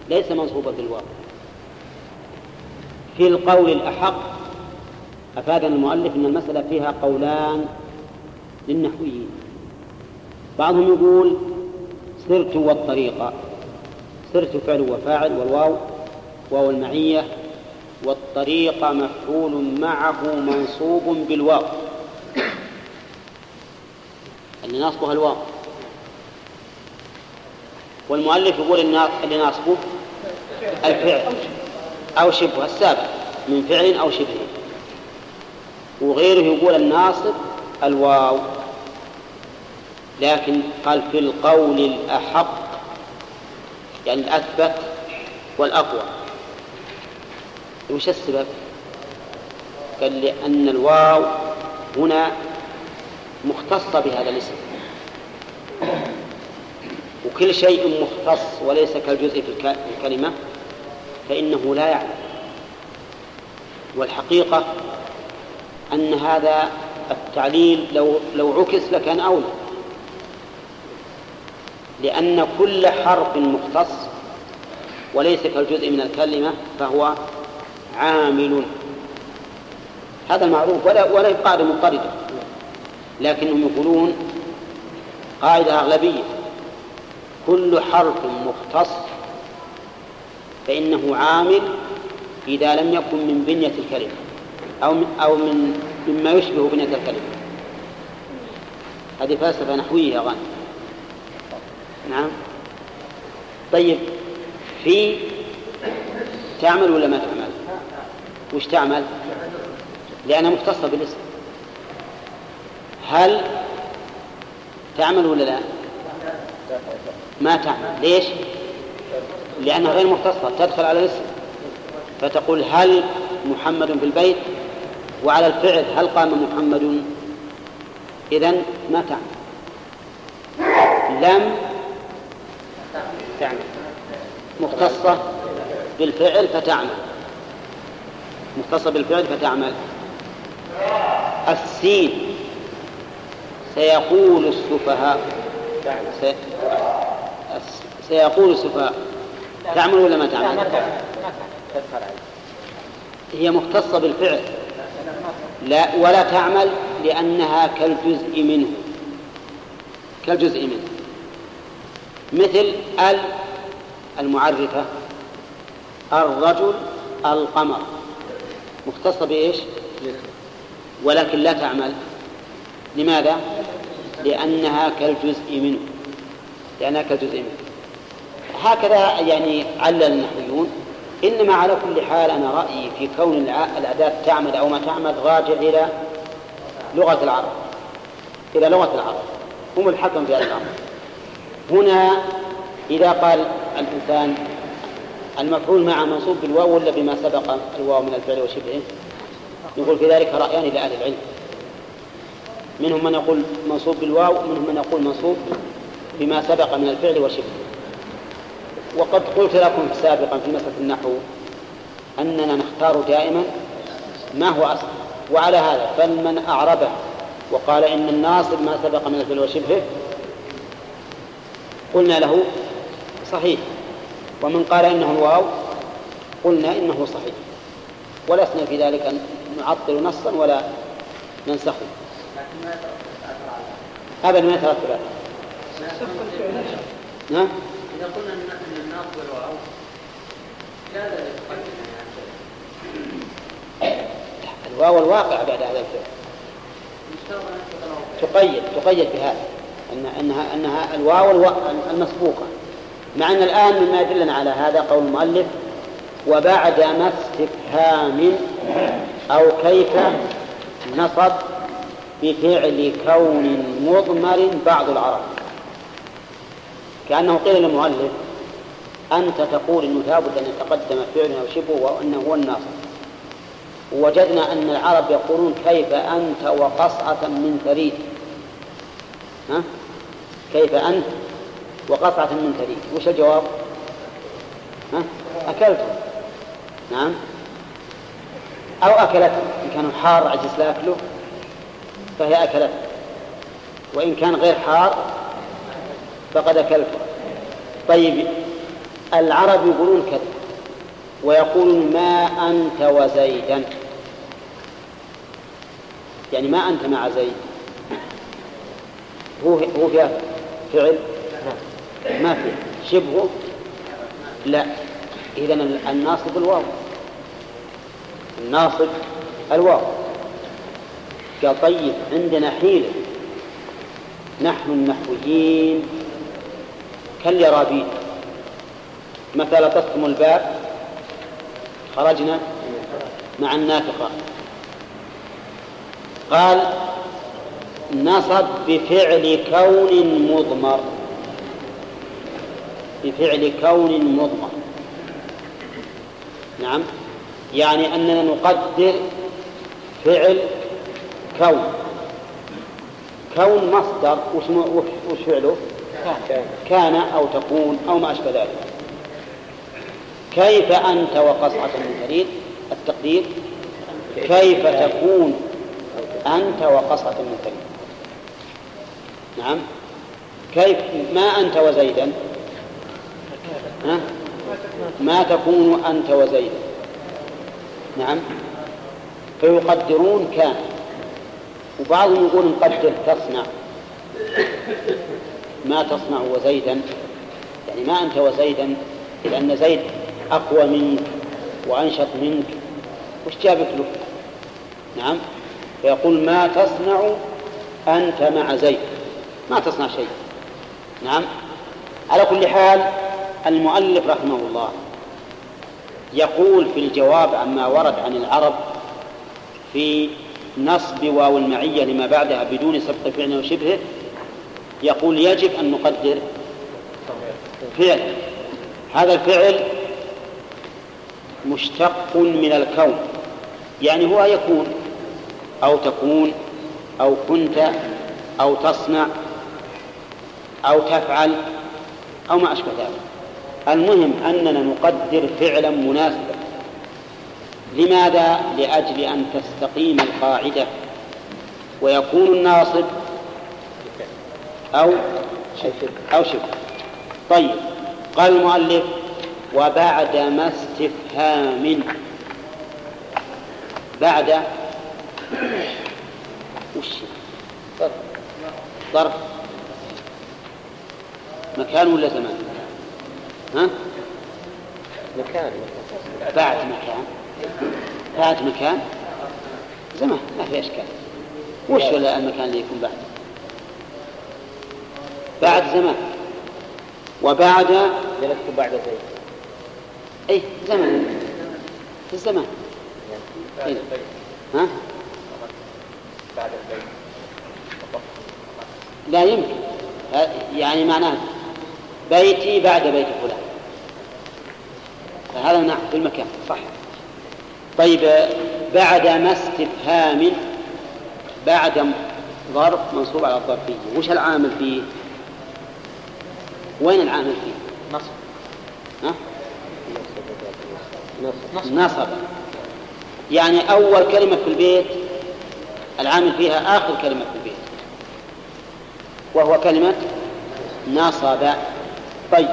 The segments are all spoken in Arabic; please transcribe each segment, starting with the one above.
ليس منصوبا بالواو. في القول الأحق أفادنا المؤلف أن المسألة فيها قولان للنحويين. بعضهم يقول سرت والطريقة، سرت فعل وفاعل والواو واو المعية، والطريقة مفعول معه منصوب بالواو، اللي ناصبها الواو. والمؤلف يقول اللي ناصبه الفعل أو شبه السابق من فعل أو شبه، وغيره يقول الناصب الواو. لكن قال في القول الأحق يعني الأثبت والأقوى. وش السبب؟ قال لأن الواو هنا مختصة بهذا الاسم، وكل شيء مختص وليس كالجزء في الكلمة فإنه لا يعلم. والحقيقة أن هذا التعليل لو عكس لكان أولى، لأن كل حرف مختص وليس كالجزء من الكلمة فهو عامل. هذا المعروف ولا يقال مضطردا، لكنهم يقولون قاعدة أغلبية: كل حرف مختص فإنه عامل إذا لم يكن من بنية الكلمة أو مما يشبه بنية الكلمة. هذه فلسفة نحوية يا غانم. نعم. طيب، في تعمل ولا ما تعمل؟ وش تعمل؟ لأنها مختصة بالاسم. هل تعمل ولا لا؟ ما تعمل. ليش؟ لأنها غير مختصة، تدخل على الاسم، فتقول هل محمد في البيت، وعلى الفعل هل قام محمد، إذن ما تعمل. لم تعمل، مختصة بالفعل فتعمل، مختصة بالفعل فتعمل. السين سيقول السفهاء، سيقول السفهاء، تعمل ولا ما تعمل؟ هي مختصة بالفعل لا ولا تعمل لأنها كالجزء منه، كالجزء منه. مثل المعرفة الرجل القمر، مختصة بإيش؟ ولكن لا تعمل. لماذا؟ لأنها كالجزء منه، لأنها كالجزء منه. هكذا يعني علل النحويون. إنما على كل حال أنا رأيي في كون الأداة تعمل أو ما تعمل راجع إلى لغة العرب، إلى لغة العرب، هم الحكم في هذا الأمر. هنا إذا قال الإنسان المفعول مع منصوب بالواو ولا بما سبق الواو من الفعل وشبهه، نقول في ذلك رأيان لأهل العلم، منهم من يقول منصوب بالواو ومنهم من يقول منصوب بما سبق من الفعل وشبهه. وقد قلت لكم سابقا في مسألة النحو أننا نختار دائما ما هو أصل، وعلى هذا فمن أعربه وقال إن الناصب ما سبق من الفعل وشبهه قلنا له صحيح، ومن قال إنه الواو قلنا إنه صحيح، ولسنا في ذلك أن نعطل نصا ولا ننسخه. أبدا ما يترتب عليه. نعم. إذا قلنا أن الناصب والواو لا الواو الواقع بعد هذا الفعل تقيد بهذا أنها الواو المسبوقة، مع أن الآن مما يدلنا على هذا قول المؤلف وبعد ما استفهام أو كيف نصب بفعل كون مضمر بعض العرب. كأنه قيل للمؤلف أنت تقول إنه لابد أن يتقدم فعل أو شبه وأنه هو الناصب، ووجدنا أن العرب يقولون كيف أنت وقصعة من ثريد. كيف أنت وقصعة من ثريد، وش الجواب؟ أكلت. نعم. أو أكلت، إن كان حار عجز لا أكله فهي أكلت، وإن كان غير حار فقد أكلته. طيب، العرب يقولون كذا، ويقولون ما أنت وزيدا، يعني ما أنت مع زيد، هو فيها فعل ما فيه شبهه لا، إذن الناصب الواو، الناصب الواو. قال طيب عندنا حيلة نحن النحويين كاليرابيل، مثلا تسكم الباب خرجنا مع النافقة، قال نصب بفعل كون مضمر، بفعل كون مضمر. نعم، يعني أننا نقدر فعل كون، كون مصدر وش فعله؟ كان أو تكون أو ما أشبه ذلك. كيف أنت وقصعة من جريد، التقدير كيف تكون أنت وقصعة من جريد. نعم، كيف ما أنت وزيدا، ما تكون أنت وزيدا. نعم، فيقدرون كان، وبعضهم يقول نقدر تصنع، ما تصنع وزيدا، يعني ما أنت وزيدا، لأن زيد أقوى منك وأنشط منك، وش جابك له؟ نعم، فيقول ما تصنع أنت مع زيد، ما تصنع شيء. نعم، على كل حال المؤلف رحمه الله يقول في الجواب عما ورد عن العرب في نصب واو المعية لما بعدها بدون سبق فعل وشبهه، يقول يجب أن نقدر فعل، هذا الفعل مشتق من الكون، يعني هو يكون أو تكون أو كنت أو تصنع أو تفعل أو ما أشبه ذلك. المهم أننا نقدر فعلا مناسبا. لماذا؟ لأجل أن تستقيم القاعدة ويكون الناصب أو شبه. طيب، قال المؤلف وبعد ما استفهام، بعد وش ظرف مكان ولا زمان؟ ها؟ مكان. بعد مكان زمان ما في أشكال. وش ولا المكان اللي يكون بعد زمان. وبعد نكتب بعد زيد، أي زمان في الزمان. إيه؟ ها؟ بعد البيت لا يمكن، يعني معناه بيتي بعد بيت فلان، فهذا نعم في المكان صح. طيب، بعد ما استفهام، بعد ظرف منصوب على الظرفية، وش العامل فيه؟ وين العامل فيه؟ نصب. يعني أول كلمة في البيت العامل فيها آخر كلمة في البيت، وهو كلمة نصب. طيب،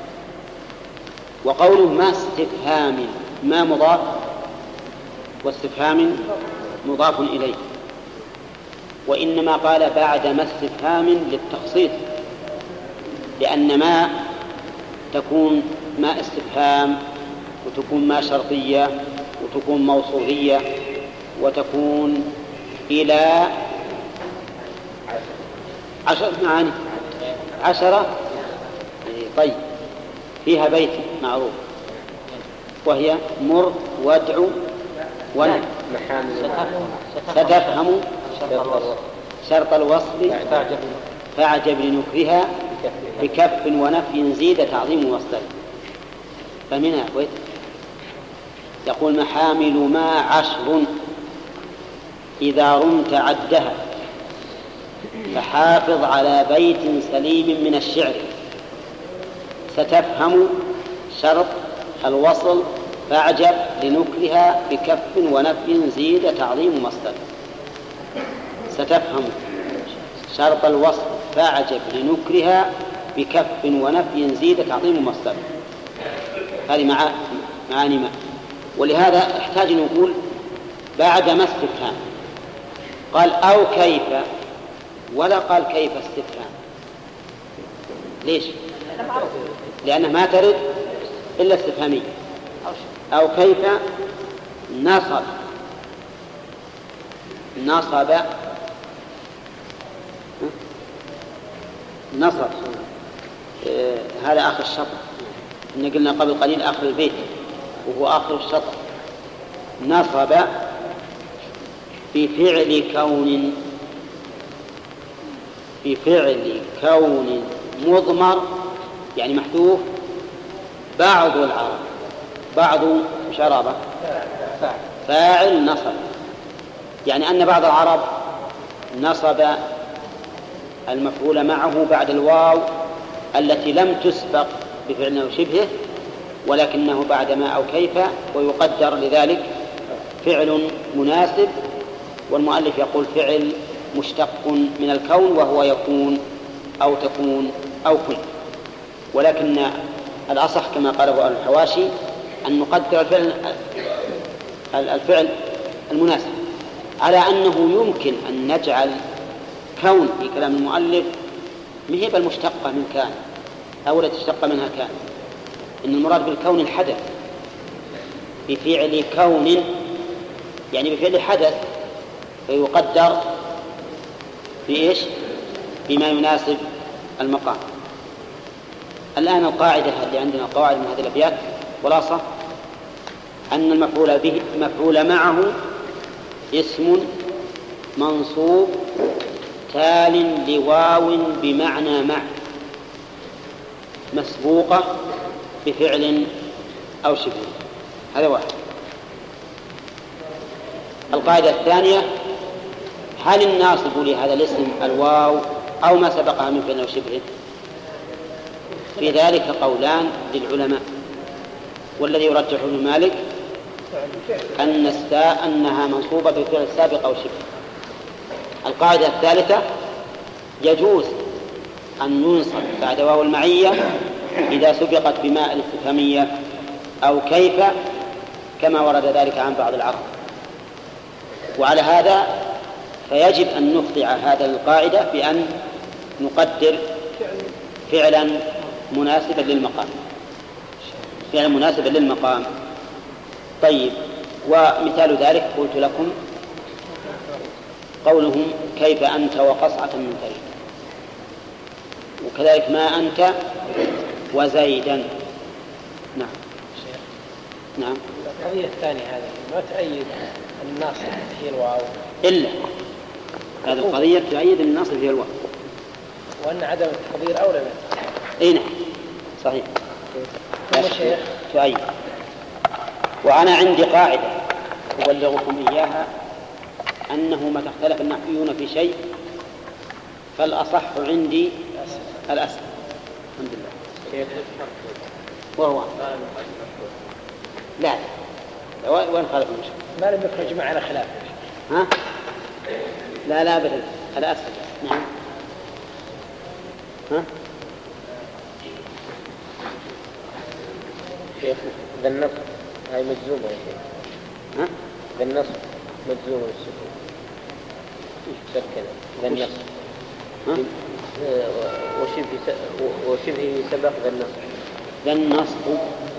وقوله ما استفهام، ما مضاف واستفهام مضاف إليه، وإنما قال بعد ما استفهام للتخصيص، لأن ما تكون ما استفهام وتكون ما شرطية وتكون موصولية وتكون إلى 10 معاني 10. طيب، فيها بيت معروف وهي مر وادعو ونهي، ستفهم شرط الوصل فاعجب لنكرها بكف ونفي زيد تعظيم مصدر. فمنها كويت يقول محامل ما 10 إذا رمت عدها، فحافظ على بيت سليم من الشعر. ستفهم شرط الوصل فاعجب لنكرها بكف ونفي زيد تعظيم مصدر. ستفهم شرط الوصل فاعجب لنكرها بكف ونفي زيد تعظيم مصدر. هذه معاني ما. ولهذا احتاج نقول بعد ما استفهام قال أو كيف، ولا قال كيف استفهام. ليش؟ لأنه ما ترد إلا استفهامية. أو كيف نصب هذا آخر الشطر، إن قلنا قبل قليل آخر البيت وهو آخر الشطر. نصب بفعل كون مضمر يعني محذوف بعض العرب، بعض شرابة فاعل نصب، يعني أن بعض العرب نصب المفعول معه بعد الواو التي لم تسبق بفعل أو شبهه، ولكنه بعد ما أو كيف، ويقدر لذلك فعل مناسب. والمؤلف يقول فعل مشتق من الكون وهو يكون أو تكون أو كن. ولكن الأصح كما قاله أهل الحواشي أن نقدر الفعل المناسب، على أنه يمكن أن نجعل كون في كلام المؤلف مهب المشتقة من كان أو لا تشتق منها كان، إن المراد بالكون الحدث بفعل كون يعني بفعل حدث، فيقدر بإيش؟ بما يناسب المقام. الآن القاعدة اللي عندنا قواعد من هذه الأبيات خلاصة أن المفعول معه اسم منصوب تال لواو بمعنى مع مسبوقة بفعل أو شبه. هذا واحد. القاعدة الثانية هل الناصب لهذا الاسم الواو أو ما سبقها من فعل أو شبه؟ في ذلك قولان للعلماء، والذي يرجح ابن مالك أنها منصوبة بفعل السابق أو شبه. القاعدة الثالثة يجوز أن ينصب بعد واو المعية إذا سبقت بماء الاستفهامية أو كيف، كما ورد ذلك عن بعض العرب. وعلى هذا فيجب أن نخضع هذا القاعدة بأن نقدر فعلا مناسبا للمقام. طيب، ومثال ذلك قلت لكم قولهم كيف أنت وقصعة من ثريد، وكذلك ما أنت وزيدا. نعم. القضية الثانية هذه ما تؤيد الناصب هي الواو إلا هذه القضية تؤيد الناصب هي الواو، وأن عدم التقدير أولى منه. إيه نعم صحيح. شيخ تؤيد. وأنا عندي قاعدة أبلغكم إياها أنه ما تختلف النحويون في شيء فالأصح عندي الأسهل الحمد لله. وهو لا وين خالف المشكلة؟ ما لم يخرج معنا خلاف. ها؟ لا أبدا الأسهل. نعم. ها؟ شيخ ذا النصب هاي مجزومة يا شيخ. ها؟ ذا النصب مجزومة بالسكون. سكن ذا النصب. وشبه سبق ذا النصب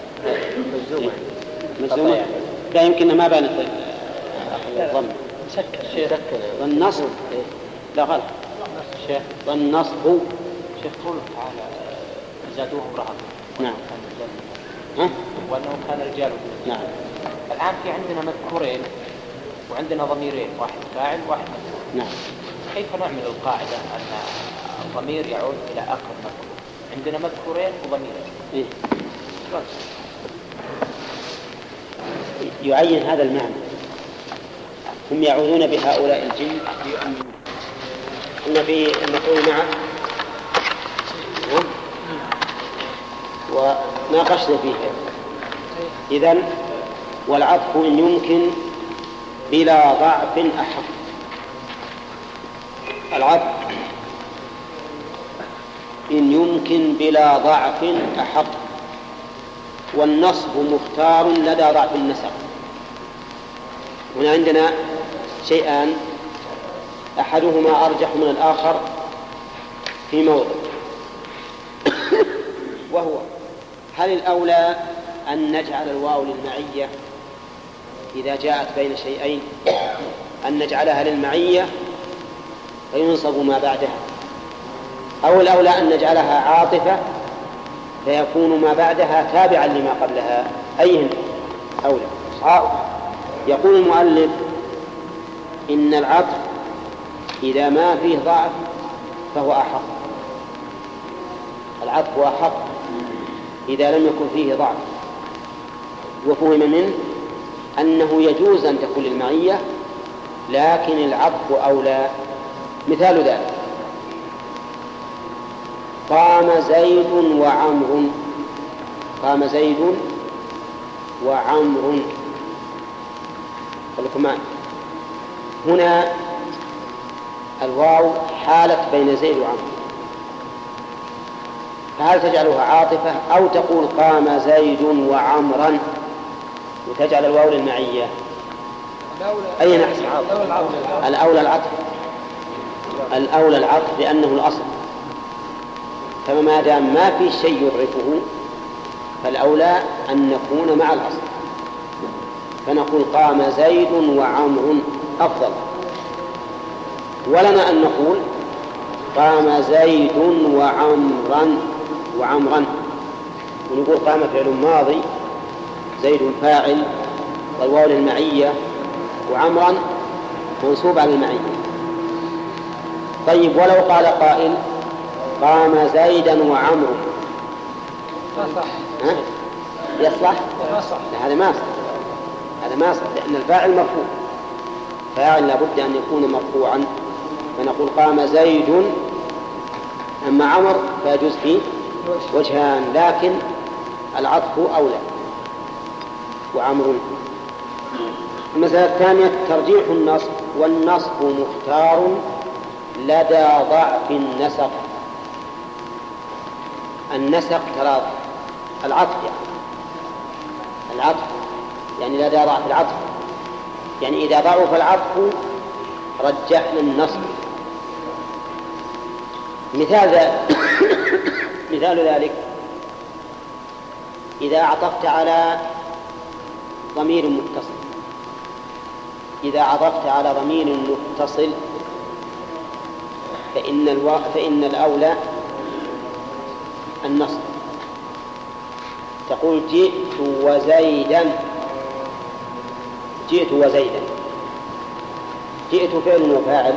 مجزومة. لا يمكن ما بانت الضم. سكن ذا النصب لا غلط. شيخ ذا النصب شيخ قوله تعالى زادوهم رهبا. نعم. وأنه كان رجال. نعم. الآن في عندنا مذكورين وعندنا ضميرين، واحد فاعل واحد مفعول. نعم. كيف نعمل القاعدة أن الضمير يعود إلى آخر مفعول؟ عندنا مذكورين وضميرين. إيه؟ يعين هذا المعنى. هم يعودون بهؤلاء الجن إن في المفعول معه وناقشنا فيه. إذن والعطف إن يمكن بلا ضعف أحق. العطف إن يمكن بلا ضعف أحق. والنصب مختار لدى ضعف النسق. هنا عندنا شيئان أحدهما أرجح من الآخر في موضع، وهو هل الأولى أن نجعل الواو للمعية إذا جاءت بين شيئين، أن نجعلها للمعية فينصب ما بعدها، أو الأولى أن نجعلها عاطفة فيكون ما بعدها تابعا لما قبلها؟ أيهن أولى؟ يقول المؤلف إن العطف إذا ما فيه ضعف فهو أحق، العطف أحق إذا لم يكن فيه ضعف. وفهم منه أنه يجوز أن تكون للمعية لكن العطف أولى. مثال ذلك قام زيد وعمر، قام زيد وعمر، خلكم معي. هنا الواو حالت بين زيد وعمر، فهل تجعلها عاطفة أو تقول قام زيد وعمرا وتجعل الواو للمعية؟ أي نحسن؟ الأولى العطف، الأولى العطف لأنه الأصل، فما دام ما في شيء يضعفه فالأولى أن نكون مع الأصل، فنقول قام زيد وعمر أفضل. ولنا أن نقول قام زيد وعمرا ونقول قام فعل ماضي، زيد فاعل، والواو للمعية، وعمرا منصوب على المعية. طيب ولو قال قائل قام زيدا وعمرو يصلح؟ لا، هذا ما يصلح، هذا ما يصلح لأن الفاعل مرفوع، فاعل لابد أن يكون مرفوعا، فنقول قام زيد. أما عمر فيجوز فيه وجهان، لكن العطف أولى وعمر. المسألة الثانية ترجيح النصب، والنصب مختار لدى ضعف النسق. النسق ترى العطف، يعني العطف يعني لدى ضعف العطف، يعني إذا ضعف العطف رجحنا النصب. مثال ذلك إذا عطفت على ضمير متصل، إذا عطفت على ضمير متصل فإن الأولى النصب. تقول جئت وزيدا، جئت وزيدا، جئت فعل وفاعل،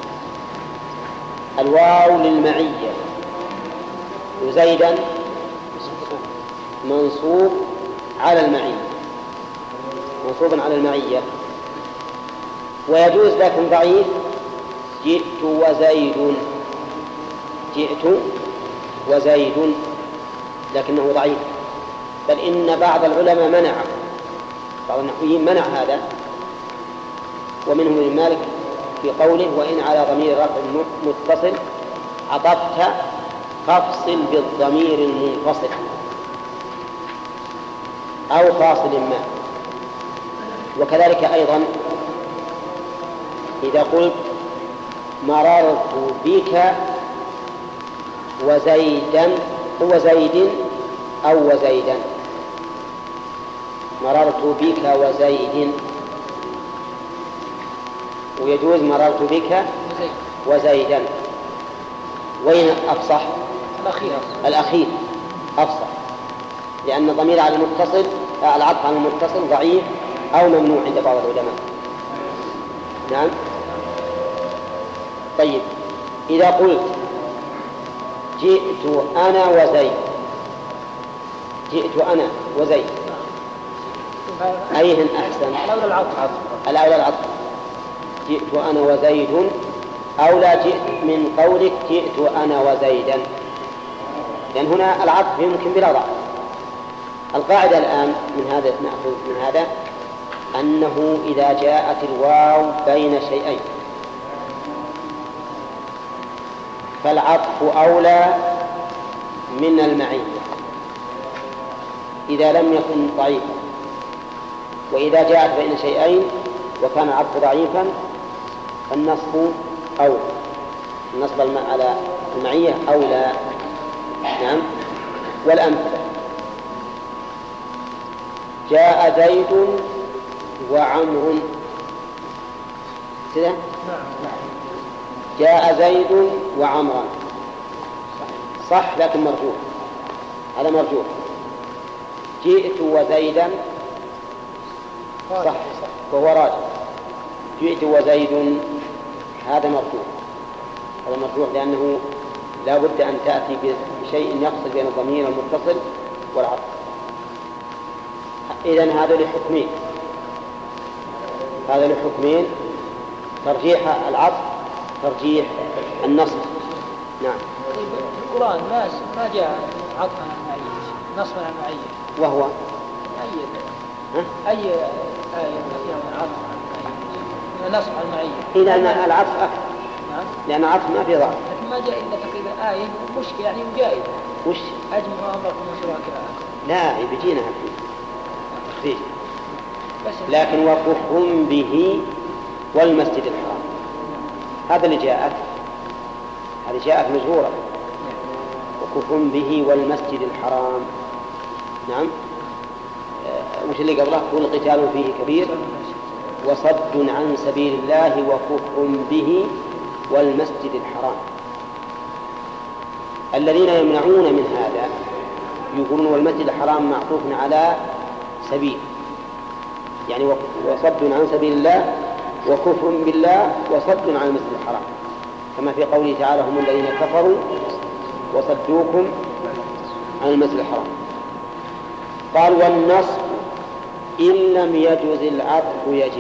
الواو للمعية، وزيدا منصوب على المعية، منصوبا على المعية، ويجوز لكن ضعيف جئت وزيد، جئت وزيد، لكنه ضعيف. بل إن بعض العلماء منع، بعض النحويين منع هذا، ومنهم ابن مالك في قوله وإن على ضمير رفع متصل عطفت فافصل بالضمير المنفصل أو فاصل ما. وكذلك أيضا إذا قلت مررت بك وزيدا وزيد أو وزيدا، مررت بك وزيد، ويجوز مررت بك وزيدا. وين أفصح؟ الأخير أفصح، لأن الضمير على المتصل، العطف على المتصل ضعيف أو ممنوع عند بعض العلماء. نعم. طيب إذا قلت جئت أنا وزيد، جئت أنا وزيد، أيهن أحسن؟ الأولى العطف، جئت أنا وزيد أولى جئت من قولك جئت أنا وزيدا، لأن هنا العطف يمكن بلا ضعف. القاعدة الآن من هذا نأخذ من هذا أنه إذا جاءت الواو بين شيئين فالعطف أولى من المعية، إذا لم يكن ضعيفا. وإذا جاءت بين شيئين وكان العطف ضعيفا فالنصب أولى، النصب على المعية أولى. نعم. والأمثلة: جاء زيد وعمر كذا. جاء زيد وعمرا صح لكن مرجوح، هذا مرجوح. جئت وزيدا صح وهو راجع. جئت وزيد هذا مرجوح، هذا مرجوح لأنه لا بد أن تأتي بشيء يفصل بين الضمير المتصل والعطف. إذن هذا لحكمين، هذا لحكمين: ترجيح العطف، ترجيح النصب. نعم. في القرآن ما جاء عطفا عن المعية، نصبا عن المعية، وهو أي آية فيها من عطف عن المعية، نصب عن المعية. لأن العطف أكثر. نعم. لأن العطف ما في ضعف. لكن ما جاء إلا تقريبا آية مشكلة يعني وجائزة. وش؟ أجمعوا أمركم وشركاءكم. لا بيجينا الحين. لكن وكفر به والمسجد الحرام هذا اللي جاءت، هذه جاءت مجهورة. وكفر به والمسجد الحرام. نعم. وش اللي قبله؟ والقتال فيه كبير وصد عن سبيل الله وكفر به والمسجد الحرام. الذين يمنعون من هذا يقولون والمسجد الحرام معطوف على سبيل، يعني وصد عن سبيل الله وكفر بالله وصد عن المسجد الحرام، كما في قوله تعالى: هم الذين كفروا وصدوكم عن المسجد الحرام. قال: والنصب إن لم يجوز العطف يجب.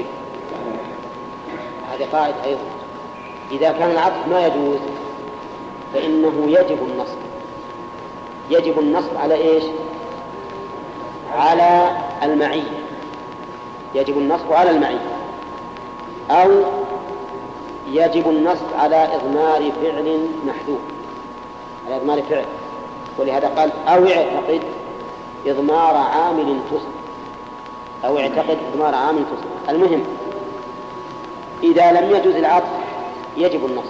هذه قاعدة أيضا: إذا كان العطف ما يجوز فإنه يجب النصب. يجب النصب على إيش؟ على المعية. يجب النصب على المعية، أو يجب النصب على إضمار فعل محذوف، على إضمار فعل. ولهذا قال: أو اعتقد إضمار عامل تصل، أو اعتقد إضمار عامل تصل. المهم إذا لم يجوز العطف يجب النصب،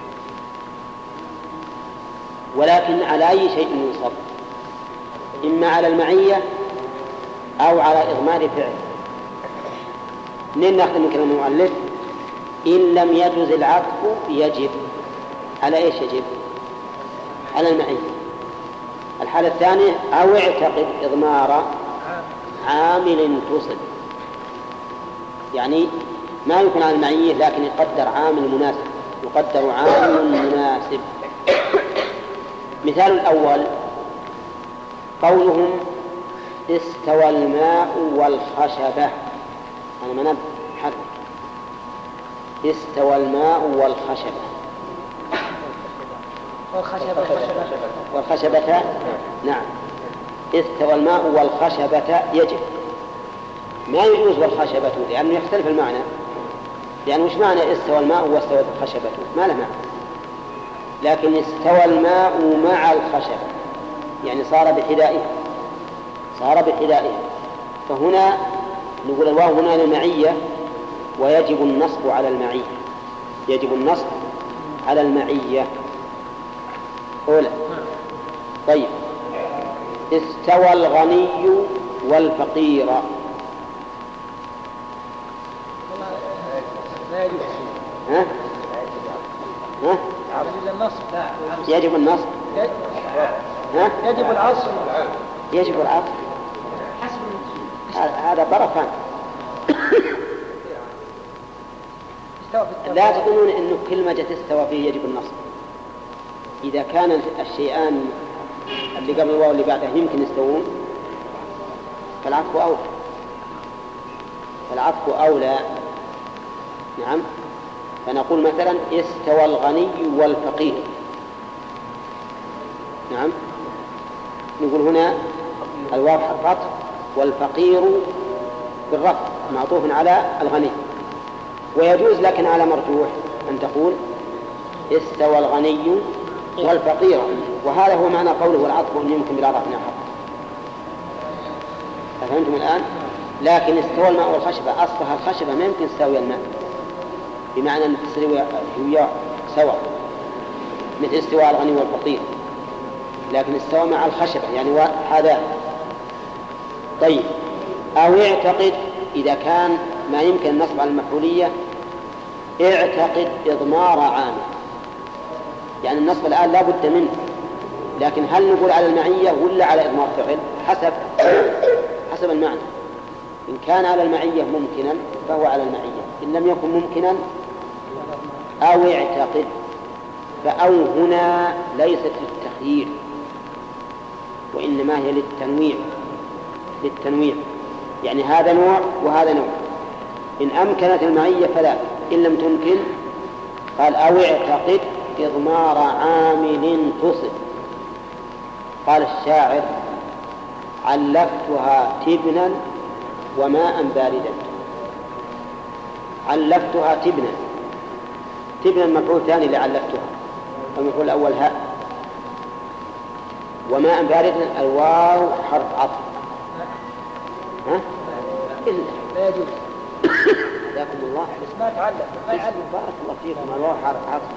ولكن على أي شيء ينصب؟ إما على المعية أو على إضمار فعل. منين نأخذ من كلام المؤلف؟ إن لم يجوز العطف يجب. على إيش يجب؟ على المعية. الحالة الثانية: أو اعتقد إضمار عامل تصل، يعني ما يكون على المعية لكن يقدر عامل مناسب، يقدر عامل مناسب. مثال الأول قولهم: استوى الماء والخشبة. أنا ما نبه حق. استوى الماء والخشبة. والخشبة نعم. استوى الماء والخشبة يجب. ما يجوز والخشبة لأنه يختلف المعنى، لأنه وش معنى استوى الماء واستوى الخشبة؟ ما له معنى. لكن استوى الماء مع الخشبة يعني صار بحذائها، صار بحذائها. فهنا نقول الواو هنا للمعية ويجب النصب على المعية. يجب النصب على المعية أولى. طيب: استوى الغني والفقير. لا يجب. ها؟ يجب النصب. ها؟ يجب العصر. يجب العطف. هذا طرفان. لا تظنون أنه كل ما جت استوى فيه يجب النصب. إذا كان الشيئان اللي قبل الواو اللي بعده يمكن يستوون فالعطف أولى. فالعطف أولى. نعم. فنقول مثلا: استوى الغني والفقير. نعم. نقول هنا الواو حرف عطف والفقير بالرفع معطوف على الغني. ويجوز لكن على مرجوح أن تقول: استوى الغني والفقير. وهذا هو معنى قوله: والعطف أن يمكن بالعطف نحو. أفهمتم الآن؟ لكن استوى الماء والخشبة أصلها الخشبة ما يمكن تساوي الماء، بمعنى أن تساوي هي سواء، مثل استواء الغني والفقير، لكن استوى مع الخشبة يعني هذا. طيب، أو يعتقد إذا كان ما يمكن النصب على المفعولية، اعتقد إضمار عامل، يعني النصب الآن لا بد منه، لكن هل نقول على المعية ولا على إضمار فعل؟ حسب المعنى. إن كان على المعية ممكنا فهو على المعية، إن لم يكن ممكنا أو يعتقد، فأو هنا ليست للتخيير وإنما هي للتنويع، يعني هذا نوع وهذا نوع. إن أمكنت المعية فلا، إن لم تمكن قال أو اعتقد إضمار عامل تصف. قال الشاعر: علفتها تبنا وماء باردا. علفتها تبنا مفعول ثاني لعلفتها، المفعول الأول هاء، وماء باردا الواو حرف عطف. إلا لا يجوز. جزاكم الله. بس ما تعلم ما يعلم. بارك الله فيكم. الواو حرف عطف،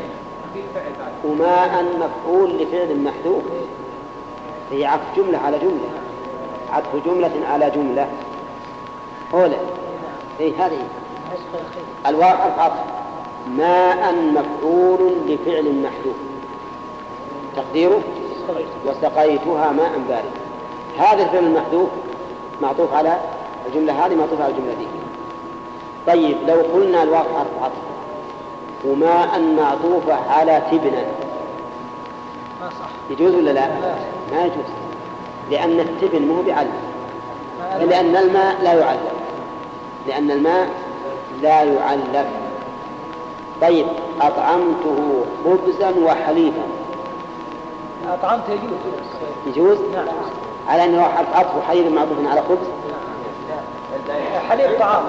وماء مفعول لفعل محذوف، هي عطف جملة على جملة، عطف جملة على جملة. أولا هذه الواو حرف عطف، ماء مفعول لفعل محذوف، تقديره وسقيتها ماء بارد. هذا الفعل المحذوف معطوف على الجملة هذه، معطوف على الجملة دي. طيب، لو قلنا الواو حرف عطف وماء معطوفة على تبنا، يجوز ولا لا؟ ما يجوز، لأن التبن مو بعلم، لأن الماء لا يعلم، طيب، أطعمته خبزا وحليبا. أطعمته يجوز؟ نعم. على أنه حرف عطف وحليب معطوف على خبز. حليب طعام.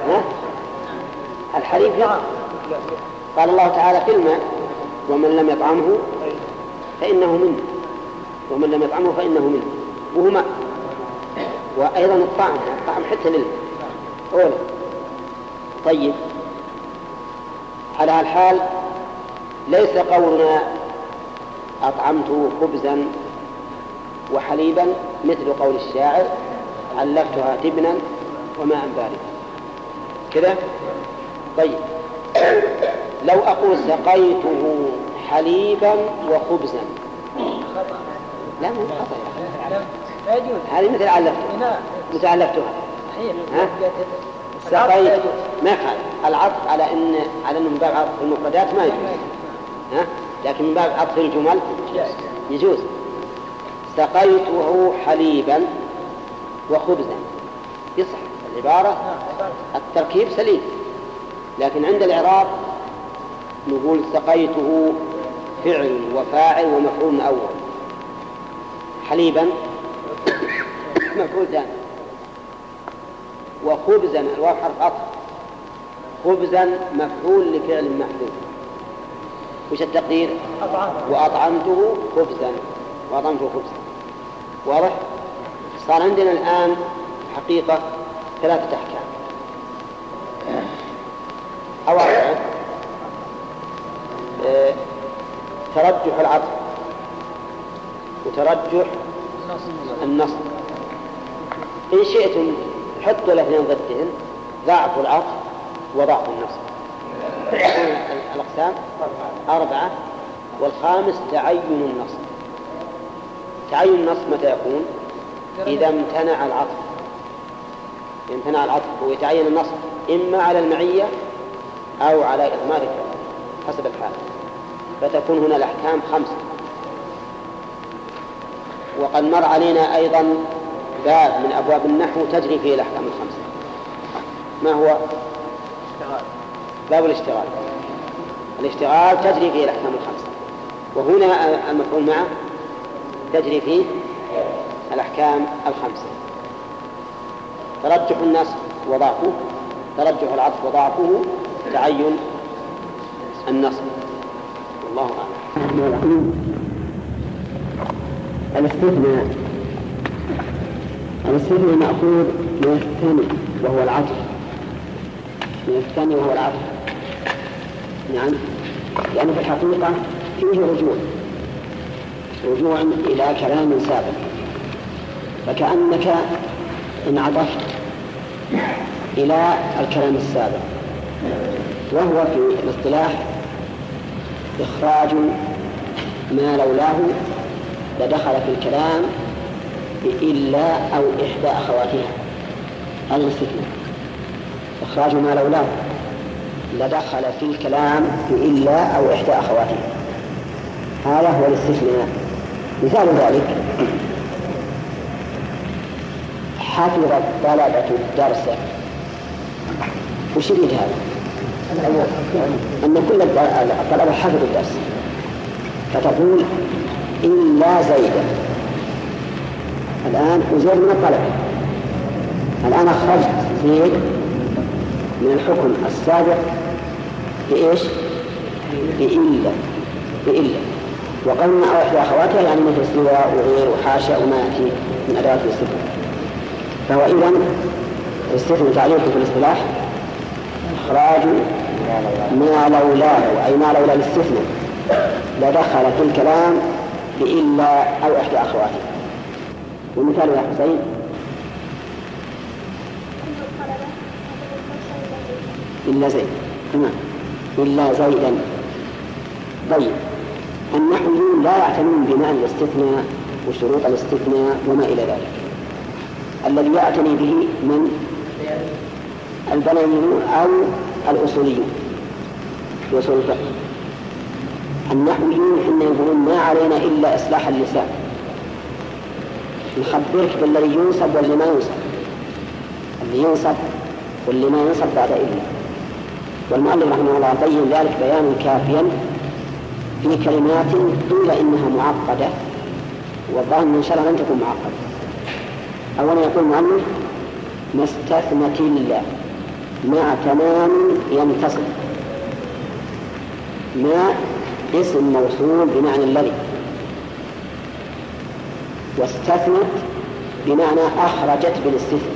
الحليب طعام. قال الله تعالى في الماء: ومن لم يطعمه فإنه منه، ومن لم يطعمه فإنه منه، وهو ماء. وأيضا الطعم حتى للماء. أولا، طيب، على هالحال ليس قولنا أطعمته خبزا وحليبا مثل قول الشاعر: علفتها تبنا وماء باردا كذا. طيب، لو أقول سقيته حليبا وخبزا، لا مو خطأ، لا يجوز. هذه مثل علفتها سقيت ما يخالف. العطف على أنه من باب عطف المفردات ما يجوز، لكن من باب عطف الجمل يجوز. سقيته حليبا وخبزا يصح العبارة، التركيب سليم، لكن عند الإعراب نقول سقيته فعل وفاعل ومفعول أول، حليبا مفعول ثاني، وخبزا الواو حرف عطف، خبزا مفعول لفعل محذوف. وش التقدير؟ وأطعمته خبزا، واضح؟ صار عندنا الآن حقيقة 3 أحكام أو 4. ترجح العطف وترجح النصب. إن شئتم حطوا الاثنين ضدهن، ضعف العطف وضعف النصب. الأقسام 4، والخامس تعين النصب. تعين النصب متى يكون؟ إذا امتنع العطف، ويتعين النصب إما على المعية أو على إضمار حسب الحال، فتكون هنا الأحكام 5. وقد مر علينا أيضا باب من أبواب النحو تجري فيه الأحكام 5. ما هو؟ باب الاشتغال تجري فيه الأحكام 5، وهنا المفعول معه تجري فيه الأحكام 5. ترجح النصب وضعفه، ترجح العطف وضعفه، تعين النصب. والله أعلم. الاستثناء الاستثناء مأخوذ من الثاني وهو العطف، من الثاني وهو العطف. نعم، لأنه في الحقيقة فيه رجوع إلى كلام سابق، فكأنك انعطفت إلى الكلام السابق، وهو في الاصطلاح إخراج ما لولاه لدخل في الكلام إلا أو إحدى أخواتها. هذا الاستثناء، إخراج ما لولاه لدخل في الكلام إلا أو إحدى أخواتها، هذا هو الاستثناء. مثال ذلك: حفظ الطلبة الدرس. وش يريد هذا؟ أن كل الطلبة حفظوا الدرس، فتقول إلا زيدا. الآن وزيد من الطلبة، الآن أخرجت زيد من الحكم السابق بإيش؟ بإلا. وقلنا أو إحدى أخواتها يعني مثل استواء وغير وحاشا وما يأتي من أدوات الاستثناء. فهو إذن الاستثناء تعليقه في الاصطلاح إخراج ما لولاه، أي ما لولا الاستثناء لدخل في الكلام بإلا أو إحدى أخواتها. ومثال يا حسين: إلا زيد. تمام، إلا زيدا. طيب، النحويون لا يعتنون بمعنى الاستثناء وشروط الاستثناء وما إلى ذلك. الذي يعتني به من البنانيون أو الأصوليون في أصول الفقه. النحويون حين يقولون ما علينا إلا إصلاح اللسان، نخبرك بالذي ينصب واللي ما ينصب، اللي ينصب واللي ما ينصب بعد إلا. والمؤلف رحمه الله بين ذلك بيانا كافيا في كلمات قيل إنها معقدة، والظاهر إن شاء الله لن تكون معقدة. أولا يقول المؤلف: ما استثنت إلا مع تمام ينتصب. ما اسم موصول بمعنى الذي، واستثنت بمعنى أخرجت بالاستثناء،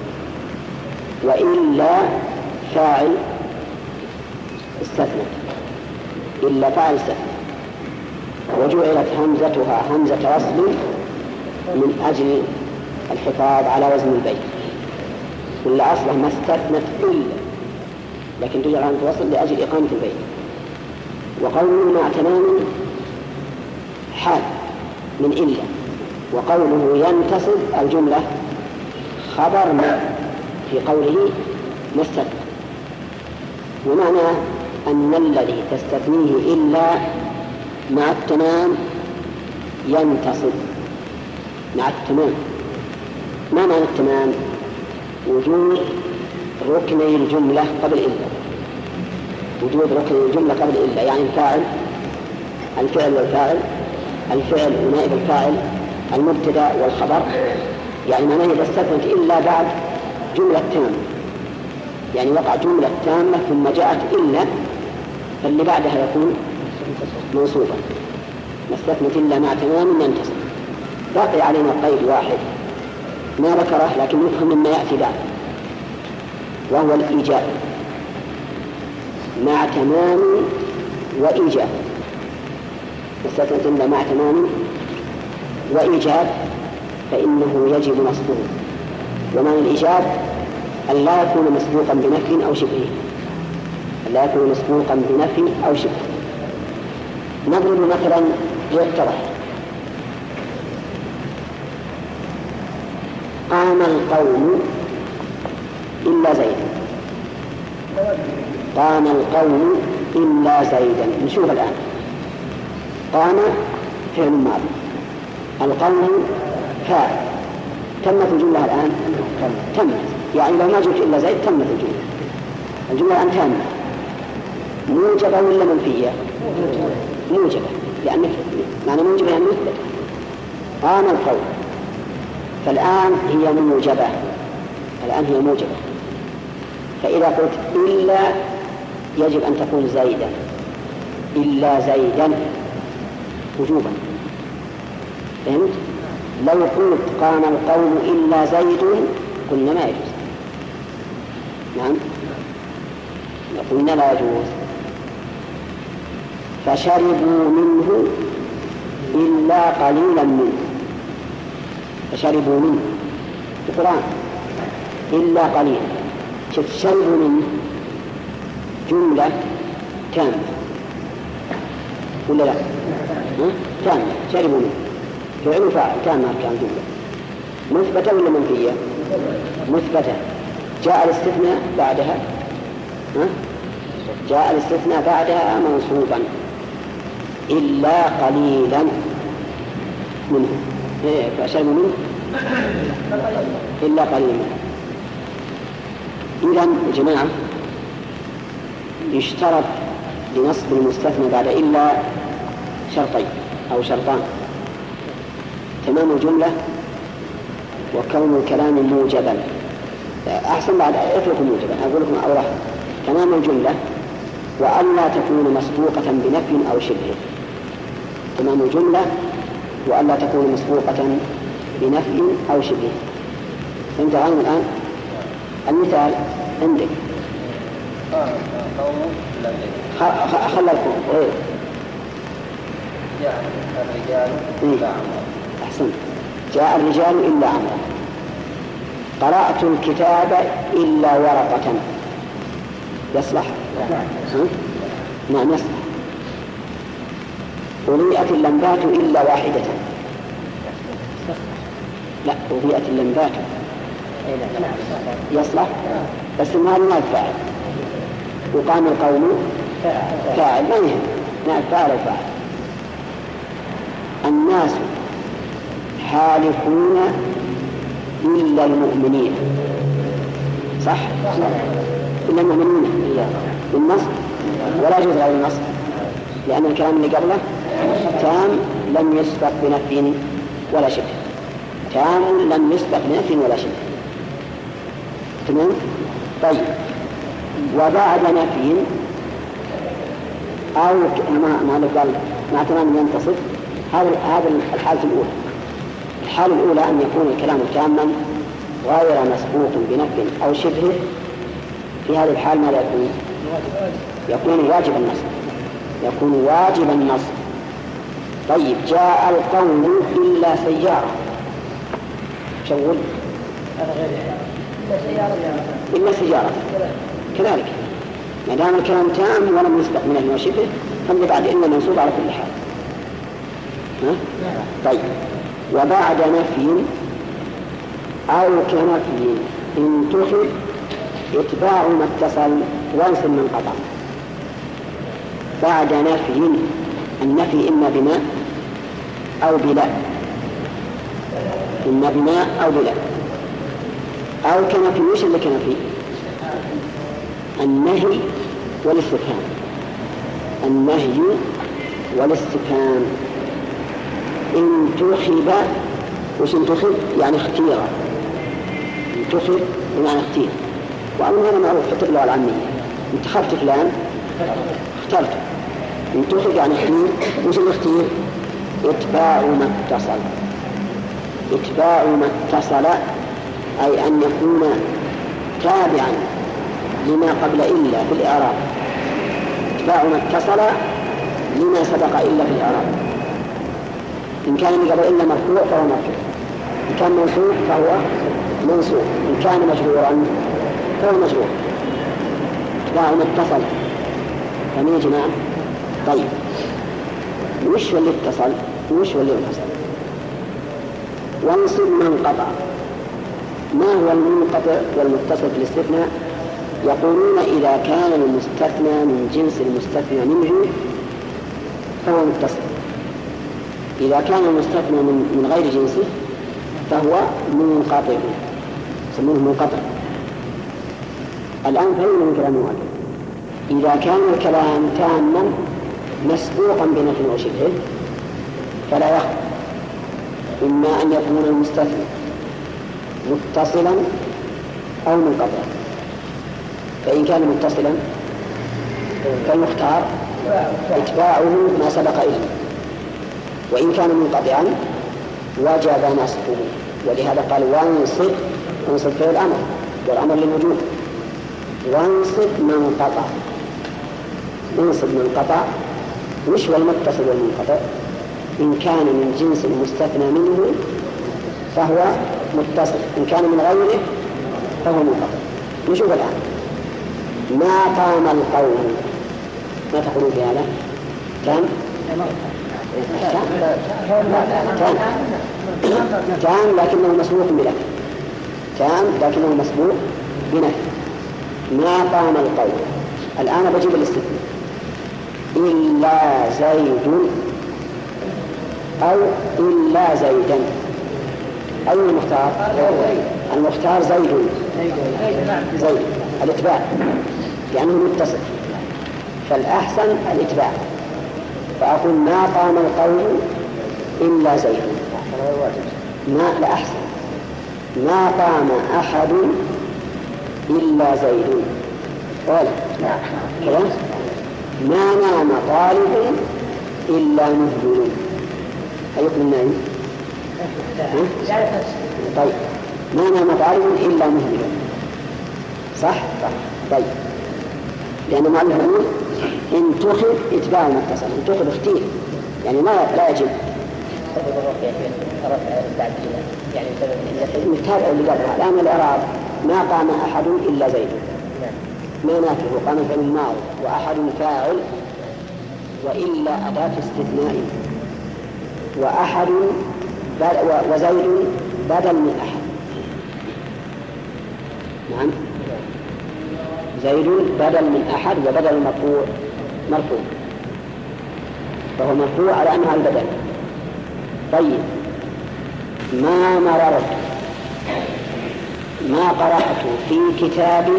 وإلا فاعل استثنت، إلا فاعل استثنت. وجعلت همزتها همزة وصل من أجل الحفاظ على وزن البيت، ولا أصله ما استثنت إلا، لكن تجعل همزة وصل لأجل إقامة البيت. وقوله مع تمام حال من إلا. وقوله ينتصب الجملة خبر ما في قوله ما استثنى. ومعنى أن الذي تستثنيه إلا مع التمام ينتصب مع التمام. ما معنى التمام؟ وجود ركني الجملة قبل إلا، وجود ركن الجملة قبل إلا، يعني الفاعل، الفعل والفاعل، الفعل ونائب الفاعل، المبتدأ والخبر. يعني معناه إذا استثنت إلا بعد جملة تامة، يعني وقع جملة تامة ثم جاءت إلا، فاللي بعدها يكون منصوبا. ما استثنت إلا مع تمام ينتصب. باقي علينا قيد واحد ما ذكره لكن يفهم مما يأتي بعد، وهو الإيجاب مع تمام وإيجاب. استثنت إلا مع تمام وإيجاب فإنه يجب نصبه. ومعنى الإيجاب أن لا يكون مسبوقا بنفي أو شبهه، أن لا يكون مسبوقا بنفي أو شبهه. نضرب مثلا ليتضح: قام القوم إلا زيدا. قام القوم إلا زيدا. نشوف الآن: قام فعل ماضي، القوم فاعل. تمت الجملة الآن؟ تمت. يعني لو ما جئت إلا زيد تمت الجملة. الجملة الآن تامة. موجبة ولا منفية؟ موجبة، لأن معنى موجبة يعني مثبتة. قام القوم، فالآن هي موجبة، الآن هي موجبة. فإذا قلت إلا يجب أن تقول زيدا، إلا زيدا وجوبا. فهمت؟ لو قلت قام القوم إلا زيد قلنا ما يجوز. نعم قلنا لا يجوز. فشربوا منه إلا قليلا منه. فشربوا منه في القرآن إلا قليلا. شوف شربوا منه جملة كاملة ولا لا؟ كاملة. شربوا منه فعل فاعل كان جملة مثبتة ولا منفية؟ مثبتة. جاء الاستثناء بعدها جاء الاستثناء بعدها منصوبا إلا قليلا منه. فشربوا منه إلا قليلا منه. إذن يا جماعة يشترط لنصب المستثنى بعد إلا شرطين أو شرطان: تمام الجملة وكون الكلام موجبا. أحسن بعد اتركوا موجبا أقول لكم أوضح. تمام الجملة وألا تكون مسبوقة بنفي أو شبه. تمام الجملة وألا تكون مسبوقة بنفي أو شبه. فهمت عنه الآن؟ المثال عندك خلكم جاء الرجال إلا عمرا. أحسن. جاء الرجال إلا عمرا. قرأت الكتاب إلا ورقة. يصلح؟ نعم يصلح. أضيئت اللمبات إلا واحدة. لا أضيئت اللمبات يصلح بس ما هذا فاعل. وقام القوم فاعل ما يهم. نعم فاعل وفاعل. الناس حالفون إلا المؤمنين. صح؟ إلا المؤمنين بالنصب ولا يجوز غير النصب لأن الكلام اللي قبله تام لم يسبق بنفي ولا شبه. تام لم يسبق بنفي ولا شبه. تمام؟ طيب وبعد نفي أو ما قال مع تمام ينتصف. هذا الحالة الأولى. الحالة الأولى أن يكون الكلام تاما غير مسبوق بنفي أو شبه. في هذه الحال ماذا يكون؟ يكون واجب النصب. يكون واجب النصب. طيب جاء القوم إلا سيارة. شغل إلا سيارة كذلك ما دام الكلام تام ولم يسبق منه وشبه فمن بعد إلا منصوب على كل حال. طيب وبعد نفي أو كنفي انتخب اتباع ما اتصل وانصب من قطع. بعد نفي النفي إما بما أو بلا. إما بما أو بلا. أو كنفي. وش اللي كنفي؟ النهي والاستفهام. النهي والاستفهام. انتخب. وش انتخب؟ يعني اختير. انتخب بمعنى اختير. وأمر هذا معروف في اللغة العامية. انتخبت فلان اخترته. انتخب يعني اختير. وش الاختير؟ اتباع ما اتصل. اتباع ما اتصل أي أن يكون تابعا لما قبل إلا في الإعراب. اتباع ما اتصل لما سبق إلا في الإعراب. إن كان قبل إلا مرفوع فهو مرفوع. إن كان منصوب فهو منصوب. إن كان مجرورا فهو مجرور. اتباع ما اتصل. فمن يا جماعة؟ طيب وش اللي اتصل وش اللي انفصل؟ وانصب من قطع. ما هو المنقطع والمتصل في الاستثناء؟ يقولون إذا كان المستثنى من جنس المستثنى منه فهو متصل. إذا كان المستثنى من غير جنسه فهو منقطع. يسمونه منقطع. الآن فهمنا من كلام المؤلف إذا كان الكلام تاما مسبوقا بنفي وشبهه فلا يخفى إما أن يكون المستثنى متصلا أو منقطعا. فإن كان متصلا فالمختار اتباعه ما سبق إليه. وإن كان منقطعا وجب نصبه. ولهذا قال وانصب، انصب فعل الأمر والأمر للوجوب، وانصب من قطع. انصب من قطع. وش هو المتصل والمنقطع؟ إن كان من جنس المستثنى منه فهو متصل، إن كان من غيره فهو منقطع. نشوف الآن ما قام القوم، ما تقولون في هذا؟ كان كان لكنه مسبوق بنفي، كان لكنه مسبوق بنفي. ما قام القوم. الآن بجيب الاستثناء إلا زيد أو إلا زيدا. أي المختار؟ المختار زيد، زيد الإتباع لأنه متصل، فالأحسن الإتباع. فأقول ما قام القوم إلا زيد. ما لا أحسن ما قام أحد إلا زيد. قال ما نام طالب إلا مهمل. أيكم النائم؟ طيب ما نام طالب إلا مهمل، صح؟ طيب لأن مع الهمول إن تخذ إتباع المتصل، إن تخذ اختير يعني ما لا يجب. يعني متابع اللي قبلها. الآن الإعراب ما قام أحد إلا زيد، ما نافه قام فعل الماضي وأحد فاعل وإلا أداة استثناء، وأحد وزيد بدل من أحد. نعم زيد بدل من أحد وبدل المرفوع مرفوع، فهو مرفوع على أنه البدل. طيب ما مررت ما قرأت في كتاب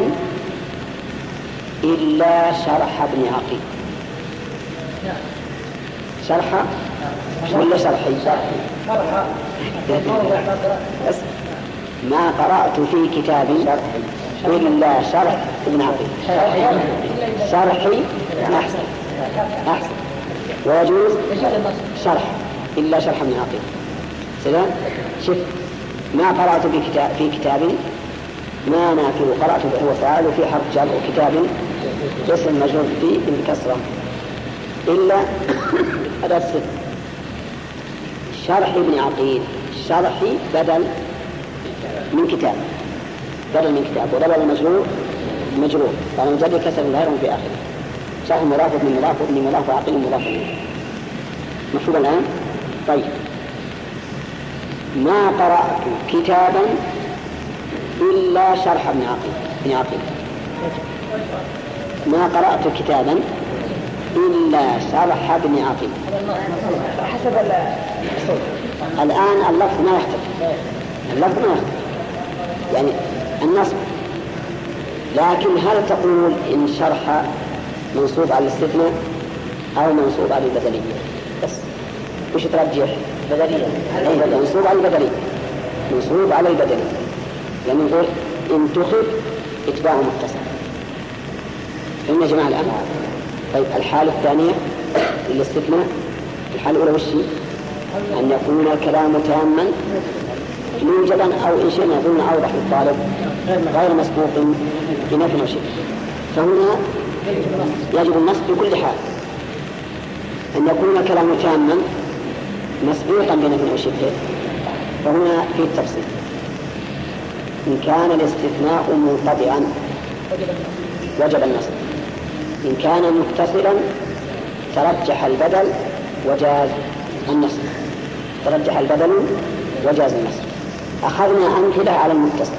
إلا شرح ابن عقيل. شرح ولا شرحي؟ ما قرأت في كتاب إلا شرح ابن عقيل. شرحي أحسن ويجوز شرح إلا شرح ابن عقيل. سلام. شوف ما قرأت في كتاب ما نافع قرأت هو فاعل وفي حرف جر وكتاب اسم مجرور فيه بالكسرة إلا هذا الصفر. شرح ابن عقيل شرحي بدل من كتاب، بدل من كتاب وبدل مجرور طبعا مجرد كسر الظاهر في آخره. شرح مضاف من مضاف ابن مضاف وعقيل مضاف إليه. مفهوم الآن؟ طيب ما قرأت كتابا إلا شرح ابن عقيل. ما قرأت كتابا إلا شرح ابن عقيل. حسب الآن اللفظ ما يختلف، يعني النصب. لكن هل تقول إن شرح منصوب على الاستثناء أو منصوب على البدلية؟ بس وش ترجح؟ بدلية. منصوب على البدلية، منصوب على البدلية. يعني نقول إن تخذ إتباع متصل. فهمنا يا جماعة الآن؟ طيب الحالة الثانية الاستثناء. الحالة الأولى وش هي؟ أن يكون الكلام تاما موجبا أو إن شئنا قلنا أوضح للطالب غير مسبوق بنفي وشبه. فهنا يجب النصب في كل حال. أن يكون الكلام تاما مسبوقا بنفي وشبه، فهنا في التفصيل. إن كان الاستثناء منقطعا وجب النصب، إن كان متصلا ترجح البدل وجاز النصب. أخذنا أمثلة على المتصل.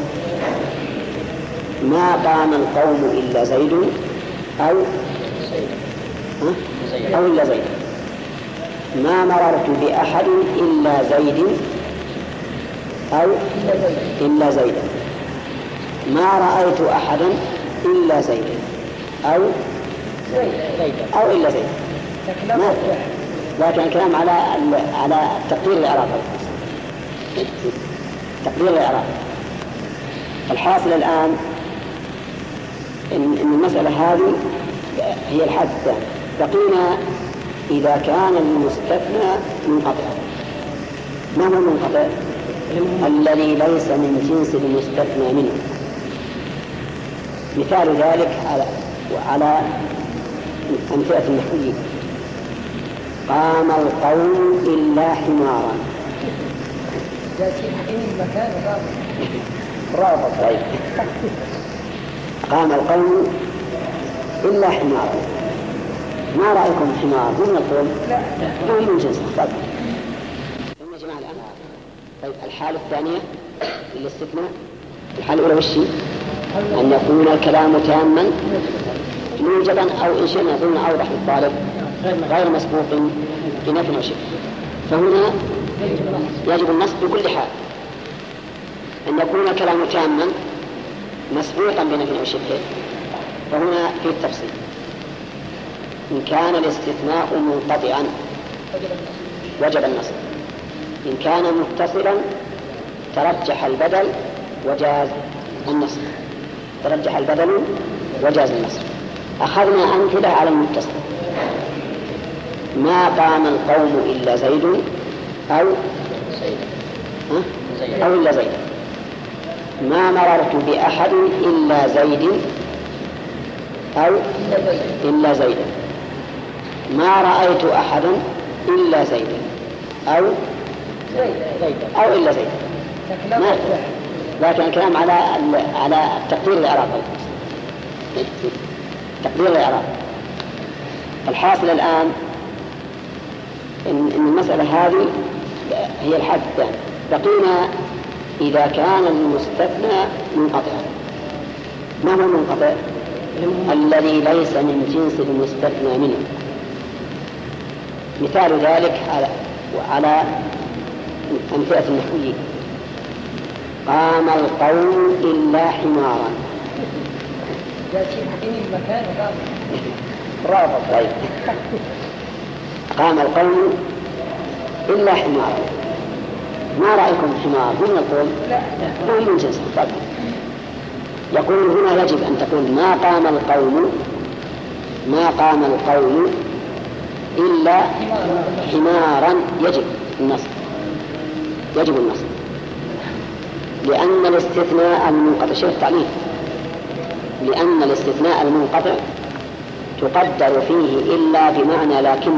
ما قام القوم إلا زيد أو إلا زيد. ما مررت بأحد إلا زيد أو إلا زيد. ما رأيت أحدا إلا زيد أو إلا زيد. لكن الكلام على تقدير الإعراب. الحاصل الآن إن المسألة هذه هي الحادثة الثانية. بقينا إذا كان المستثنى منقطعا ما هو المنقطع؟ الذي ليس من جنس المستثنى منه. مثال ذلك على أمثلة النحويين: قام القوم إلا حمارا. رابط. طيب. قام القوم إلا حمارا. ما رأيكم حمار؟ من يقول؟ لا من جنس. طيب يا جماعة الآن. طيب الحالة الثانية للاستثناء، الحالة الأولى وش هي؟ أن يكون الكلام تاما موجبا أو إن شئنا قلنا أوضح للطالب غير مسبوق بنفي أو شبه. فهنا يجب النصب بكل حال. أن يكون الكلام تاما مسبوقا بنفي أو شبه، فهنا في التفصيل. إن كان الاستثناء منقطعا وجب النصب، إن كان متصلا ترجح البدل وجاز النصب. ترجح البدل وجاز النصب. أخذنا أمثلة على المتصل: ما قام القوم إلا زيد أو إلا زيد. ما مررت بأحد إلا زيد أو إلا زيد. ما رأيت أحدا إلا زيد أو إلا زيد. لكن الكلام على تقدير الإعراب. تقدير الإعراب. الحاصل الآن إن المسألة هذه هي الحد الثاني. بقينا إذا كان المستثنى منقطعا. ما هو المنقطع؟ الذي ليس من جنس المستثنى منه. مثال ذلك على أمثلة النحويين: قام القوم إلا حمارا. رابط. طيب. قام القوم إلا حمارا. ما رأيكم حمار؟ من يقول؟ لا من جنس. طيب. يقول هنا يجب أن تقول ما قام القوم إلا حمارا. يجب النصب. لأن الاستثناء المنقطع شيء التعليل. لأن الاستثناء المنقطع تقدر فيه إلا بمعنى لكن.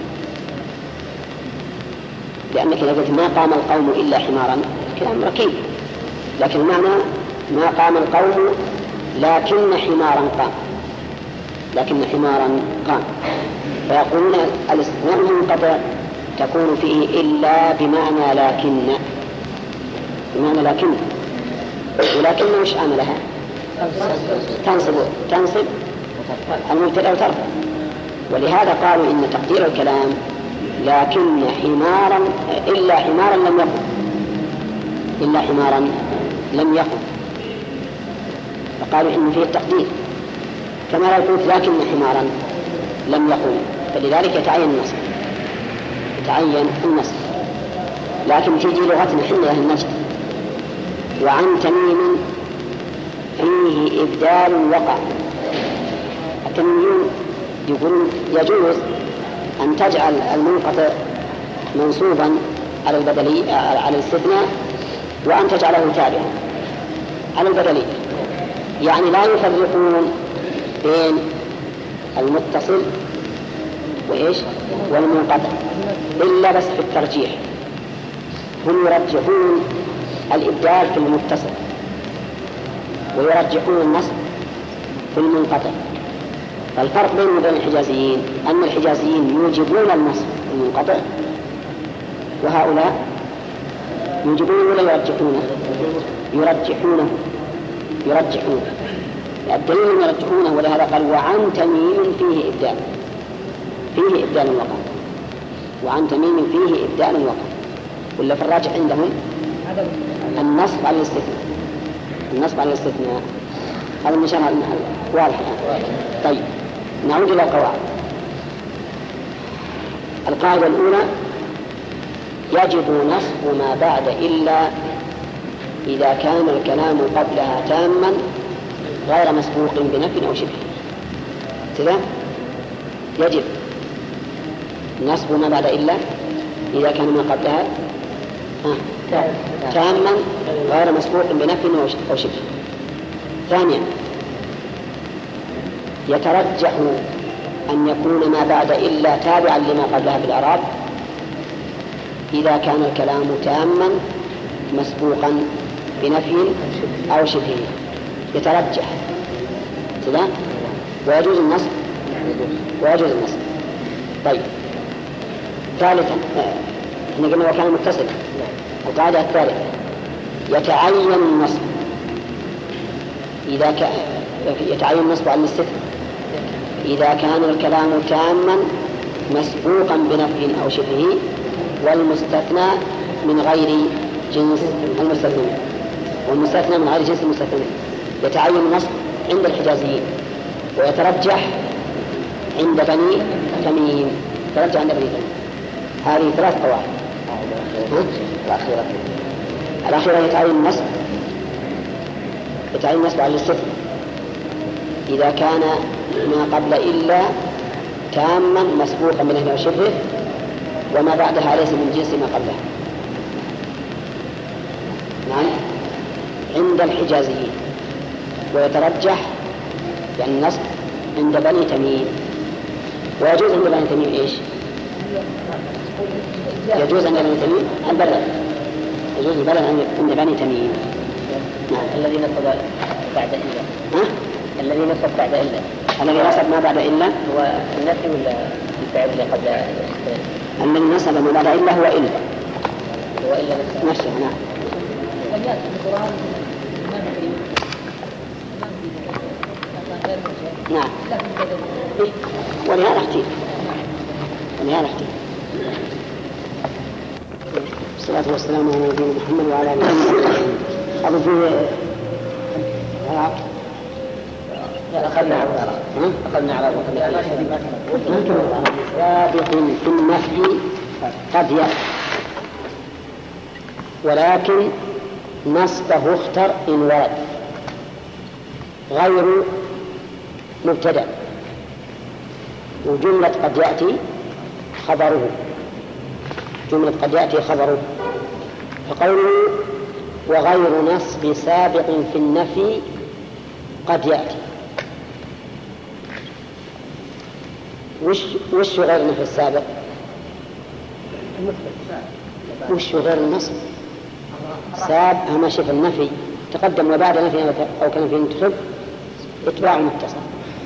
لأنك إذا قلت ما قام القوم إلا حمارا كلام ركيب، لكن المعنى ما قام القوم لكن حمارا قام. فيقولون الاستثناء المنقطع تكون فيه إلا بمعنى لكن. ولكن مش عملها تنصب المبتدأ وترفع. ولهذا قالوا إن تقدير الكلام لكن حمارا إلا حمارا لم يكن. فقالوا إن فيه التقدير، كما لو قلت لكن حمارا لم يكن، فلذلك يتعين النصب. لكن تيجي لغتنا حين أهل النجد: وعن تميم فيه إبدال وقع. التميميون يقولون يجوز أن تجعل المنقطع منصوبا على الاستثناء وأن تجعله تابعا على البدلي. يعني لا يفرقون بين المتصل والمنقطع إلا بس في الترجيح. هم يرجحون الإبدال في المتصل ويرجحون النصب في المنقطع. فالفرق بينهم وبين الحجازيين أن الحجازيين يوجبون النصب في المنقطع، وهؤلاء يوجبونه ولا يرجحونه. الدليل يرجحونه، ولهذا قال وعن تميم فيه إبدال وقع. وعن تميم فيه إبدال وقع. ولا في الراجح عندهم النصب على الاستثناء. هذا المشان واضح. طيب نعود إلى القواعد. القاعدة الأولى: يجب نصب ما بعد إلا إذا كان الكلام قبلها تاما غير مسبوق بنفي أو شبه. كذا يجب نصب ما بعد إلا إذا كان ما قبلها تاما غير مسبوق بنفي أو شبه. ثانيا يترجح أن يكون ما بعد إلا تابعا لما قبلها في الإعراب إذا كان الكلام تاما مسبوقا بنفي أو شبه، يترجح كذا ويجوز النصب ويجوز النصب. طيب ثالثا احنا قلنا وكان متصلا. القاعدة الثالثة يتعين النصب إذا كان يتعين النصب على الاستثناء إذا كان الكلام تاما مسبوقا بنفي أو شبهه والمستثنى من غير جنس المستثنى والمستثنى من غير جنس المستثنى. يتعين النصب عند الحجازيين ويترجح عند بني تميم. ترجح عند بني تميم. هذه ثلاث قواعد. الأخيرة يتعين النصب على الاستثناء إذا كان ما قبل إلا تاما مسبوقا بنفي أو شبهه وما بعدها ليس من جنس ما قبلها. نعم عند الحجازيين. ويترجح يعني النصب عند بني تميم. ويجوز عند بني تميم إيش؟ يجوز عند بني تميم البلد. يجوز البلد عند بني تميم. نعم. الذي نصب بعد إلا الذي نصب بعد إلا الذي نصب ما بعد إلا هو النفي ولا الفعل اللي قبل الذي نصب ما بعد إلا هو إلا نفسه. نعم. نعم ولهذا احتيل الصلاة والسلام على نبينا محمد وعلى آله وصحبه. أظن فيه أخذنا على سابق في النفي قد يأتي ولكن نصبه اختر إن ورد غير مبتدأ. وجملة قد يأتي خبره فقوله وغير نصب سابق في النفي قد يأتي. وش غير النفي السابق؟ وش غير النصب؟ أما شف النفي تقدم وبعد نفي أو كان في انتخب اتباع متصل.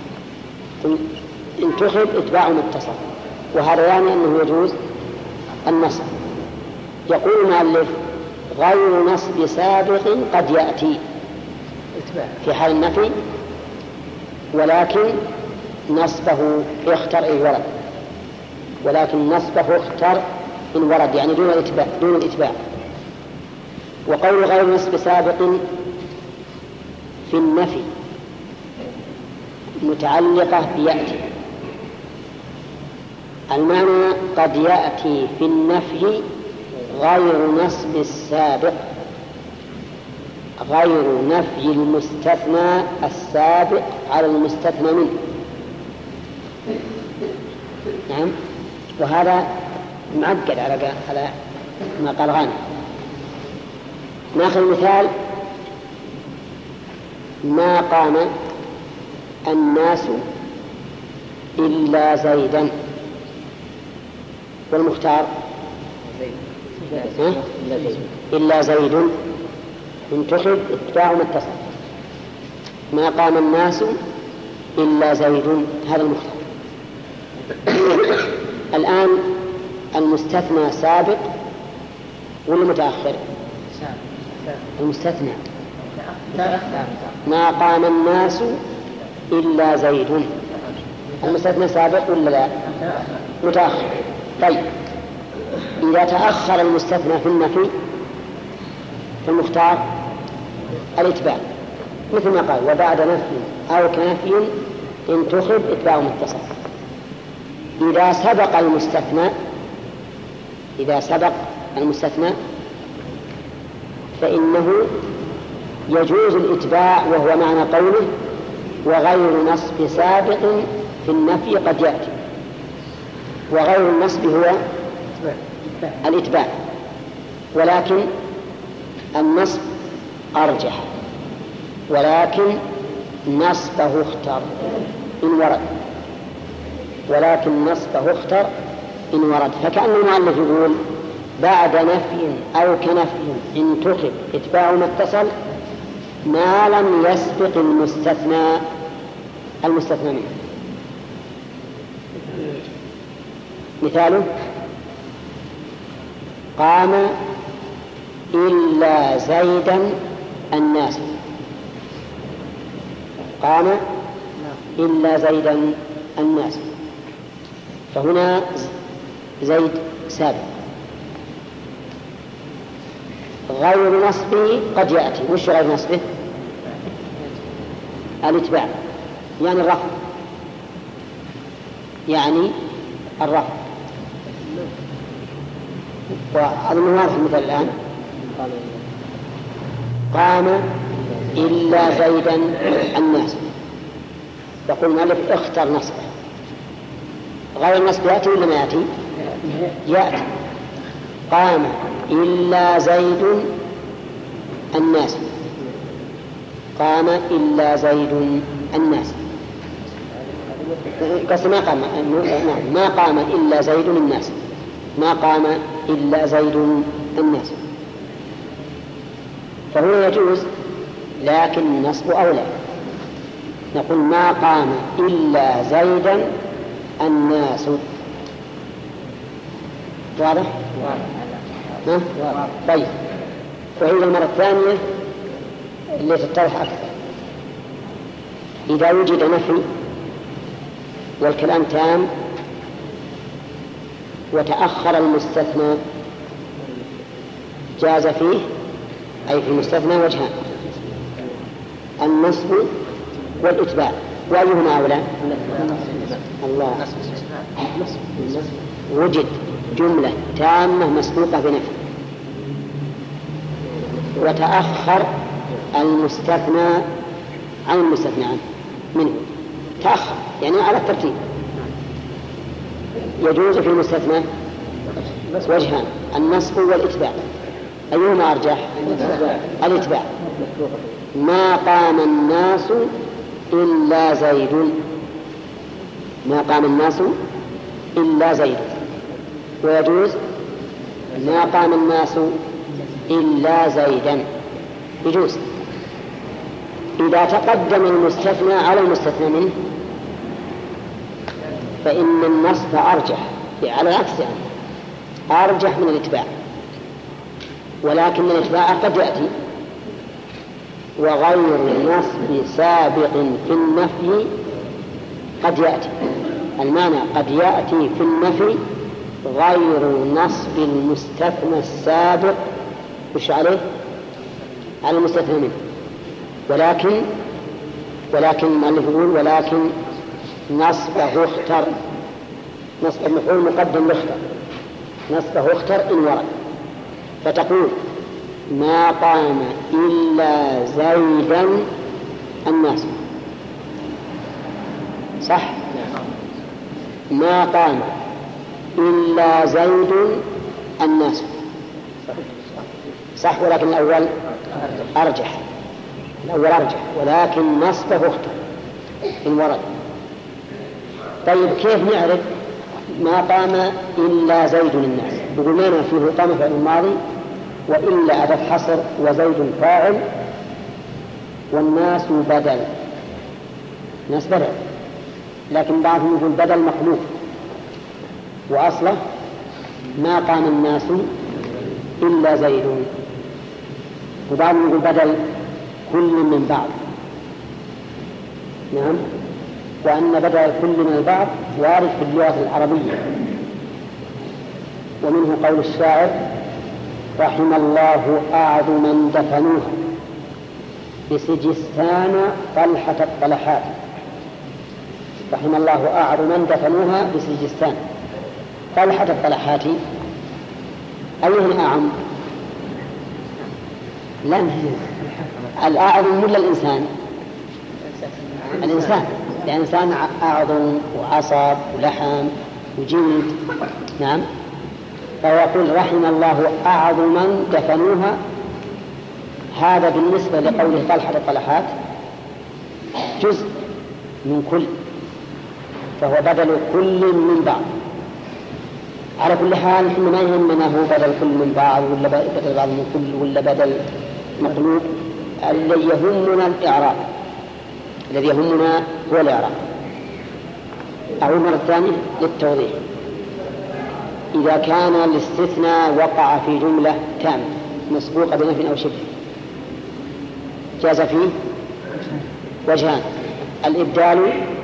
انتخب اتباع متصل وهذا يعني أنه يجوز النصب. يقول المؤلف غير نصب سابق قد يأتي في حال النفي ولكن نصبه اختر إن ورد يعني دون الإتباع. وقول غير نصب سابق في النفي متعلقة بيأتي. المعنى قد يأتي في النفي غير نصب السابق غير نفي المستثنى السابق على المستثنى منه. نعم. وهذا معقد على ما قال غانم. ناخذ مثال ما قام الناس إلا زيدا والمختار إلا زيد انتخب اتباع متصل. ما قام الناس إلا زيد هذا المختار. الآن المستثنى سابق ولا متأخر؟ المستثنى ما قام الناس إلا زيد المستثنى سابق ولا لا؟ متأخر. طيب إذا تأخر المستثنى في النفي في المختار الاتباع مثل ما قال وبعد نفي أو كنفي انتخب اتباع متصل. إذا سبق المستثنى فإنه يجوز الاتباع وهو معنى قوله وغير نصب سابق في النفي قد يأتي. وغير النصب هو الاتباع ولكن النصب أرجح، ولكن نصبه اختر إن ورد، ولكن نصبه اختر إن ورد. فكأن المؤلف يقول بعد نفي أو كنفي إن تطلب إتباع ما اتصل ما لم يسبق المستثنى منه. مثاله قام إلا زيدا الناس، قام إلا زيدا الناس، فهنا زيد سابق. غير نصبه قد يأتي. وش غير نصبه؟ الاتباع، يعني الرفع، يعني الرفع. وأظن واضح المثال الآن. قام إلا زيدا الناس، يقول المؤلف اختر نصبه. غير النصب يأتي ولا ما يأتي؟ يأتي. قام إلا زيد الناس، قام إلا زيد الناس. قصد ما قام إلا زيد الناس، ما قام إلا زيد الناس، فهو يجوز، لكن النصب أولى. نقول ما قام إلا زيدا الناس. واضح؟ طيب. وهي المرة الثانية اللي تتضح أكثر. إذا وجد نفي والكلام تام وتأخر المستثنى جاز فيه، أي في المستثنى وجهان: النصب والإتباع. وأيهما أولى؟ الله. وجد جملة تامة مسبوقة بنفي وتأخر المستثنى عن المستثنى منه، تأخر يعني على الترتيب. يجوز في المستثنى وجهان: النصب والإتباع. أيهما أرجح؟ الإتباع. ما قام الناس إلا زيد، ما قام الناس إلا زيد. ويجوز ما قام الناس إلا زيدا، يجوز إذا تقدم المستثنى على المستثنى منه، فإن النصب أرجح، على العكس يعني أرجح من الإتباع. ولكن الإتباع قد يأتي، وغير النصب سابق في النفي قد يأتي. المعنى قد يأتي في النفي غير نصب المستثنى السابق وش عليه؟ على المستثنى منه. ولكن المؤلف يقول ولكن نصبه اختر، نصب المفعول مقدم لاختر، نصبه اختر إن ورد. فتقول ما قام إلا زيدا الناس، صح؟ ما قام إلا زيد الناس، صح. ولكن الأول أرجح، ولكن نصبه اختر إن ورد. طيب كيف نعرف ما قام إلا زيد الناس؟ يقول لنا فيه قام فعل الماضي، وإلا أداة حصر، وزيد فاعل، والناس بدل. ناس بدل، لكن بعضهم يقول بدل مخلوق، وأصله ما قام الناس إلا زيد، وبعضهم يقول بدل كل من بعض. نعم. وأن بدل كل من البعض وارد في اللغة العربية، ومنه قول الشاعر: رحم الله أعظ من دفنوها بسجستان طلحة الطلحات. رحم الله أعظ من دفنوها بسجستان طلحة الطلحات. أيهن أعم؟ لا، الأعظم ولا الإنسان؟ الإنسان، لأن الإنسان أعظم وعصب ولحم وجلد. نعم. فيقول رحم الله أعظما دفنوها. هذا بالنسبة لقوله طلحة الطلحات جزء من كل، فهو بدل كل من بعض. على كل حال نحن ما يهمنا هو بدل كل من بعض ولا بدل بعض من كل ولا بدل مقلوب. الذي يهمنا الإعراب، الذي يهمنا هو الإعراب. أعود مرة ثانية للتوضيح. إذا كان الاستثناء وقع في جملة تامة مسبوقة بنفي أو شبه جاز فيه وجهان: الإبدال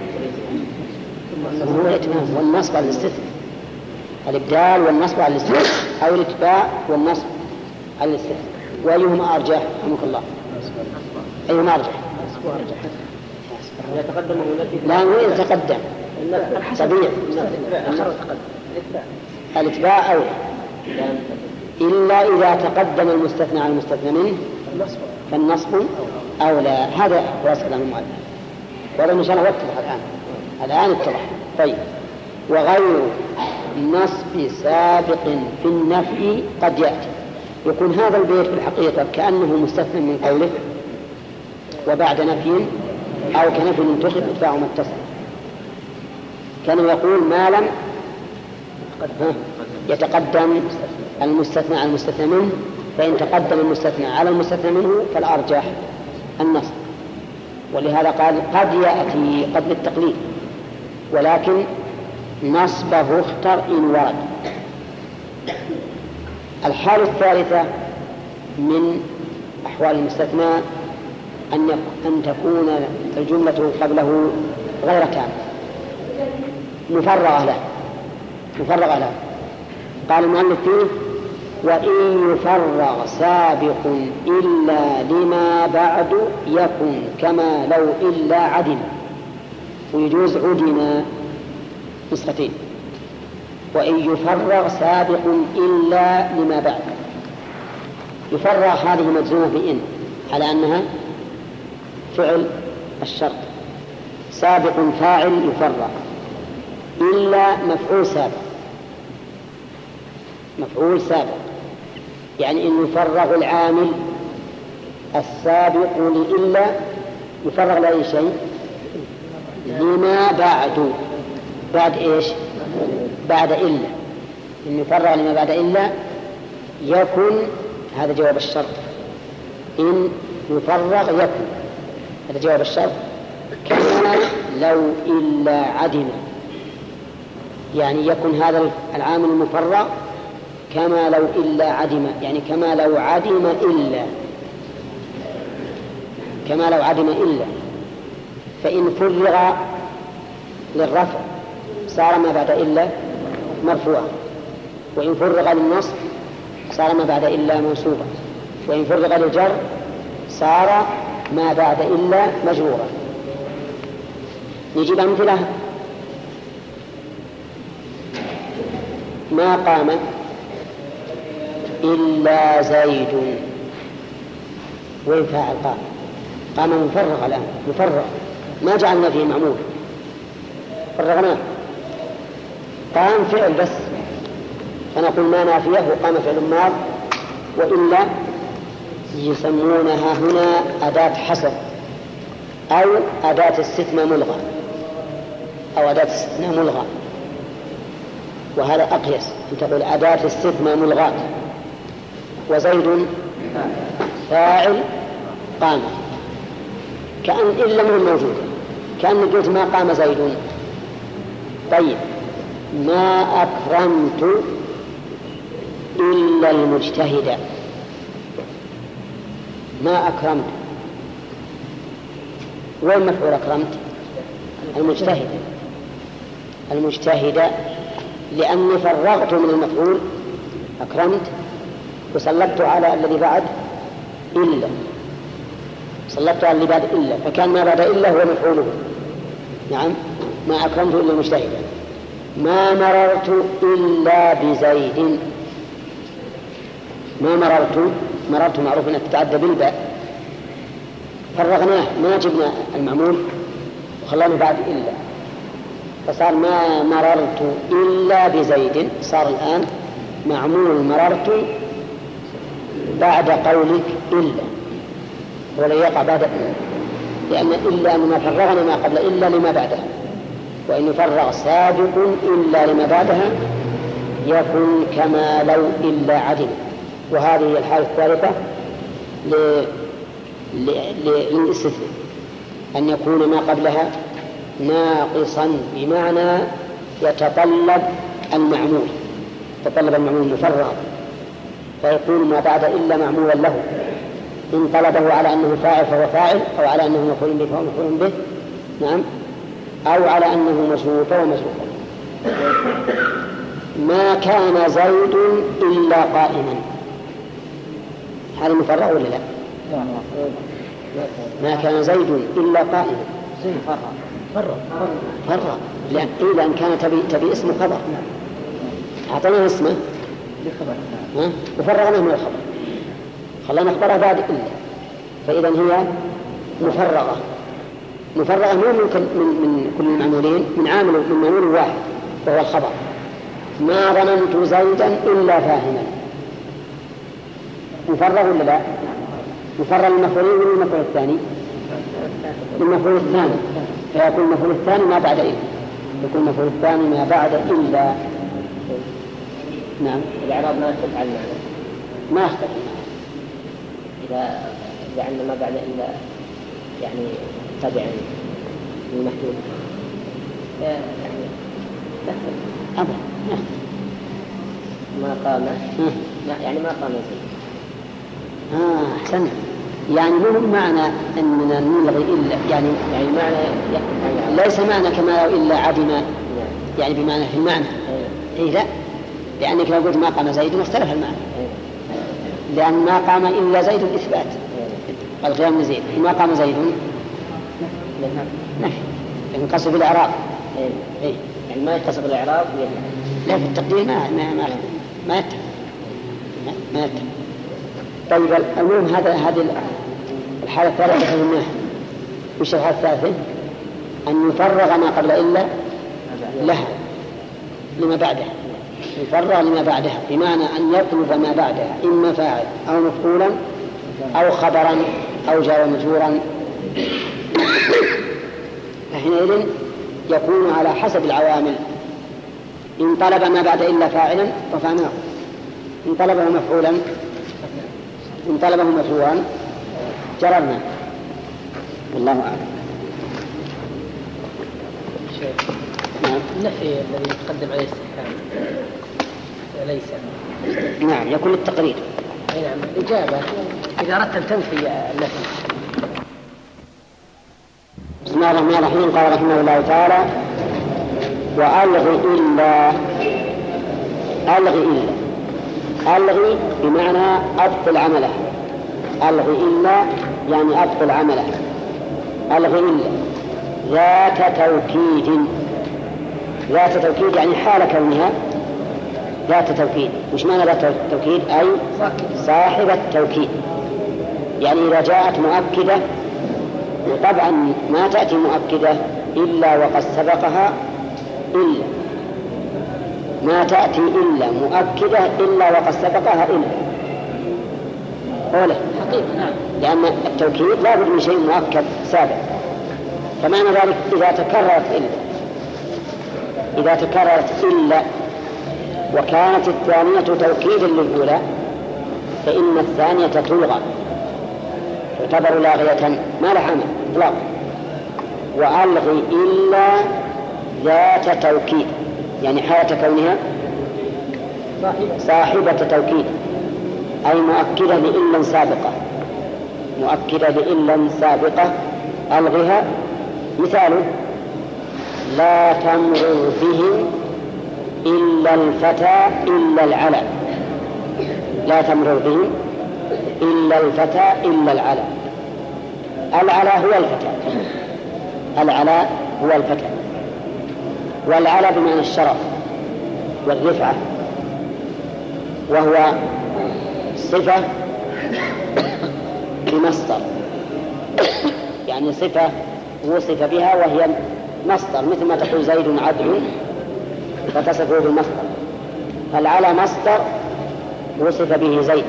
هو الإتمام والنصب على الاستثناء، الإبدال والنصب على الاستثناء، أو الإتباع والنصب على الاستثناء. وأيهما أرجح؟ رحمك الله. أيهما أرجح؟ لا هو يتقدم طبيعي الإتباع أولى، إلا إذا تقدم المستثنى على المستثنى منه فالنصب أولى. هذا خلاصة كلام المؤلف، ولو إن شاء الله اتضح الآن اتضح. طيب، وغير نصب سابق في النفي قد يأتي. يكون هذا البيت في الحقيقة كأنه مستثنى من قوله وبعد نفي أو كنفي منتخب إتباع متصل. كان يقول ما لم يتقدم المستثنى على المستثنى منه، فإن تقدم المستثنى على المستثنى منه فالأرجح النصب. ولهذا قال قد يأتي قد للتقليد، ولكن نصبه اختر إن ورد. الحالة الثالثة من أحوال المستثنى أن تكون الجملة قبله غير تامة مفرغة له. قال المؤلف فيه: وإن يفرغ سابق إلا لما بعد يكن كما لو إلا عدم. ويجوز عدم نسختين: وإن يفرغ سابق إلا لما بعد. يفرغ هذه مجزومة بإن على أنها فعل الشرط، سابق فاعل يفرغ، إلا مفعول سابق، يعني إن يفرغ العامل السابق لإلا يفرغ لأي شيء لما بعد إيش؟ بعد إلا. إن يفرغ لما بعد إلا يكن، هذا جواب الشرط. إن يفرغ يكن، هذا جواب الشرط. كما لو إلا عدم، يعني يكن هذا العامل المفرغ كما لو إلا عدم، يعني كما لو عدم إلا. فإن فرغ للرفع صار ما بعد إلا مرفوعا، وإن فرغ للنصب صار ما بعد إلا منصوبا، وإن فرغ للجر صار ما بعد إلا مجرورا. نجيب أمثلة: ما قام إلا زيد. وين فاعل قام مفرغ الآن، مفرغ ما جعلنا فيه معمول، فرغناه. قام فعل بس، فنقول ما نافيه وقام فعل ماض. وإلا يسمونها هنا أداة حصر أو أداة استثناء ملغى أو أداة استثناء ملغى، وهذا أقيس أن تقول أداة استثناء ملغاة. وزيد فاعل قام، كأن إلا من موجود، كأن قلت ما قام زيد. طيب، ما أكرمت إلا المجتهد. ما أكرمت، وين مفعول أكرمت؟ المجتهد، لأني فرغت من المفعول أكرمت وسلبت على الذي بعد إلا، سلبت على اللي بعد إلا، فكان ما بعد إلا هو مفعوله. نعم، ما أكرمت إلا المجتهد. ما مررت إلا بزيد. ما مررت معروف أن تتعدى بالباء، فرغناه ما جبنا المعمول وخلانا بعد إلا، فصار ما مررت إلا بزيد، صار الآن معمول مررت بعد قولك إلا، ولا يقع بعد إلا، لأن إلا أننا فرغنا ما قبل إلا لما بعدها، وإن يفرغ سابق إلا لما بعدها يكون كما لو إلا عدم. وهذه هي الحالة الثالثة للاستثناء، أن يكون ما قبلها ناقصا بمعنى يتطلب المعمول مفرغا، فيكون ما بعد إلا معمولا له، إن طلبه على أنه فاعل فهو فاعل، أو على أنه مفعول به فهو مفعول به، نعم، أو على أنه مشروط فهو مشروط. ما كان زيد إلا قائما، هذا مفرغ ولا لا؟ ما كان زيد إلا قائما، فرغ، لأن كان تبي اسم خبر، أعطينا اسمه وفرغنا من الخبر، خلينا نخبرها بعد إلا، فإذا هي مفرغة مو من كل المعمولين، من معمول واحد وهو الخبر. ما ظننت زيدا إلا فاهما، مفرغ ولا لا؟ مفرغ المفعولين ولا المفعول الثاني؟ المفعول الثاني، فيكون المفعول الثاني ما بعد إلا، يكون المفعول الثاني ما بعد إلا. نعم، الإعراب ما يختلف عن المعنى، ما يختلف إذا جعلنا ما بعد إلا يعني تبعا للمحدود يعني أبدا ما قام يعني ما قام زيد. أحسن، يعني مو معنى أننا نلغي إلا، يعني معنى ليس معنى كما لو إلا عدم، يعني بمعنى في المعنى. إيه لا، لأنك لو قلت ما قام زيد اختلف المعنى، لأن ما قام إلا زيد إثبات القيام من زيد، ما قام زيد نفي، لكن قصد بالإعراب. إيه يعني ما يتصل بالإعراب، لا في التقدير ما يتفق. طيب المهم هذه الحالة الثالثة فهمناها. وش الحالة الثالثة؟ أن يفرغ ما قبل إلا لها لما بعدها، يفرغ لما بعدها، بمعنى أن يطلب ما بعدها إما فاعل أو مفعولا أو خبرا أو جار مجرورا، فحينئذ يكون على حسب العوامل. إن طلب ما بعد إلا فاعلا رفعناه، إن طلبه مفعولا، إن طلبه مفعولا جررنا، والله أعلم. النفي الذي يتقدم عليه استحكام ليس، نعم، يكون التقرير. نعم، الإجابة إذا أردت أن تنفي النفي. بسم الله الرحمن الرحيم. قال رحمه الله تعالى: وألغ إلا. ألغي بمعنى أبطل عمله، ألغ إلا يعني أبطل عمله. ألغ إلا ذات توكيد يعني حال كونها ذات توكيد. وش معنى ذات توكيد؟ أي صاحبة توكيد، يعني إذا جاءت مؤكدة، وطبعا ما تأتي مؤكدة إلا وقد سبقها إلا، ما تأتي إلا مؤكدة إلا وقد سبقها إلا، قوله حقيقة. نعم، لأن التوكيد لا بد من شيء مؤكد سابق. فمعنى ذلك إذا تكررت إلا وكانت الثانية توكيدا للأولى فإن الثانية تلغى، تعتبر لاغية ما لها عمل إطلاق. وألغي إلا ذات توكيد يعني حالة كونها صاحبة توكيد، أي مؤكدة لإلا سابقة، ألغها. مثاله: لا تمر بهم إلا الفتى إلا العلى. لا تمر بهم إلا الفتى إلا العلى. العلى هو الفتى، والعلى بمعنى الشرف والرفعة، وهو صفة بمصدر، يعني صفة وصف بها وهي مصدر، مثل ما تقول زيد عدل فتصفه بالمصدر، العلى مصدر وصف به زيد.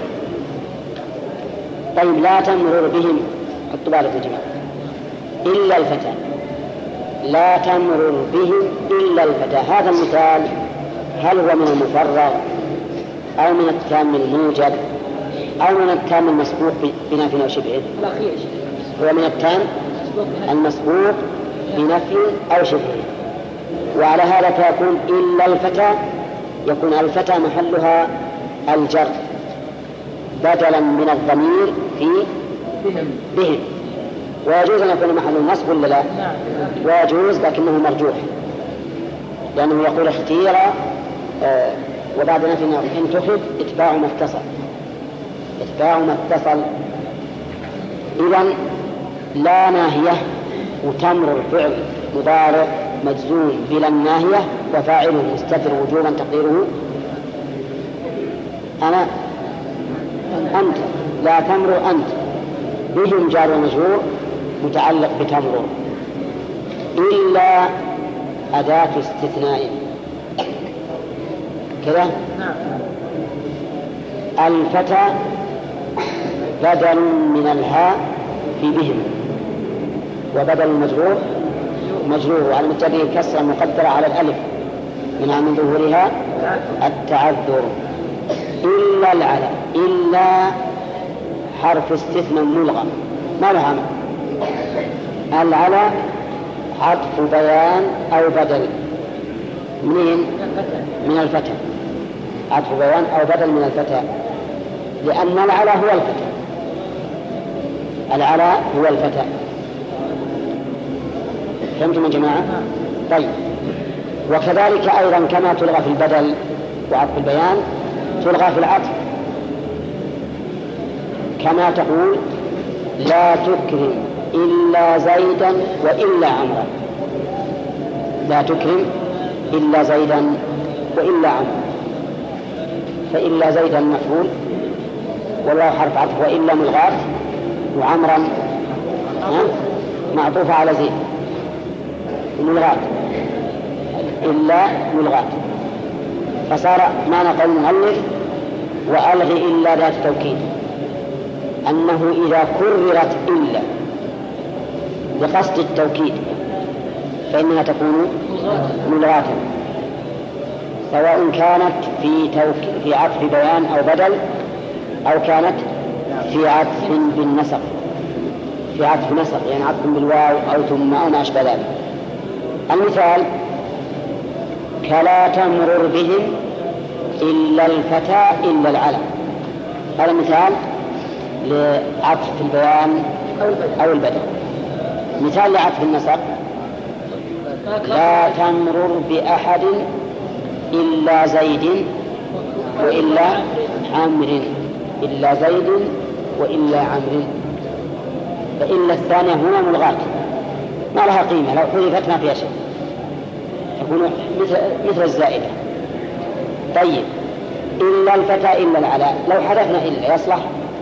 طيب لا تمرر بهم، حطوا بالك يا جماعة، إلا الفتى، لا تمرر بهم إلا الفتى. هذا المثال هل هو من المفرغ أو من التام الموجب أو من التام المسبوق بنفي أو شبه؟ هو من التام المسبوق بنفي أو شبه. وعلى هذا فيكون إلا الفتى، يكون الفتى محلها الجر بدلا من الضمير في بهم. ويجوز أن يكون محل النصب ولا لا؟ ويجوز، لكنه مرجوح، لأنه يقول اختير وبعد نفي إن تفد اتباع ما اتصل، اتباع ما اتصل. إذن لا ناهية وتمر فعل مضارع مجزوم بلا الناهية وفاعله مستتر وجوبا تقديره أنا أنت، لا تمر أنت، بهم جار ومجرور متعلق بتمر إلا أداة استثناء كذا. الفتى بدل من الهاء في بهم، وبدل المجرور مجرور وعلى متجه كسرة مقدرة على الألف من ظهورها التعذر. إلا العلى، إلا حرف استثناء ملغى ما له عمل. العلى عطف بيان أو بدل منين؟ من الفتى، عطف بيان أو بدل من الفتى، لأن العلى هو الفتى، العلى هو الفتى. فهمتم يا جماعة؟ طيب، وكذلك أيضا كما تلغى في البدل وعطف البيان تلغى في العطف، كما تقول لا تكرم إلا زيدا وإلا عمرا، لا تكرم إلا زيدا وإلا عمرا، فإلا زيدا مفعول والله حرف عطف، وإلا ملغاة، وعمرا معطوفة على زيد ملغاة، إلا ملغاة. فصار معنى قول المؤلف وألغ إلا ذات توكيد أنه إذا كررت إلا لقصد التوكيد فإنها تكون ملغاة، سواء كانت في عطف بيان أو بدل، أو كانت في عطف بالنسق، في عطف نسق يعني عطف بالواو أو ثم أو ما أشبه ذلك. المثال كلا تمرر بهم إلا الفتى إلا العلم، هذا مثال لعطف البيان أو البدل. مثال لعطف النسق لا تمرر بأحد إلا زيد وإلا عمرو، إلا زيد وإلا عمرو، فإلا الثانية هنا ملغاة ما لها قيمة، لو حذفت ما فيها شيء، تكون مثل الزائدة. طيب إلا الفتى إلا العلاء، لو حذفنا إلا يصلح؟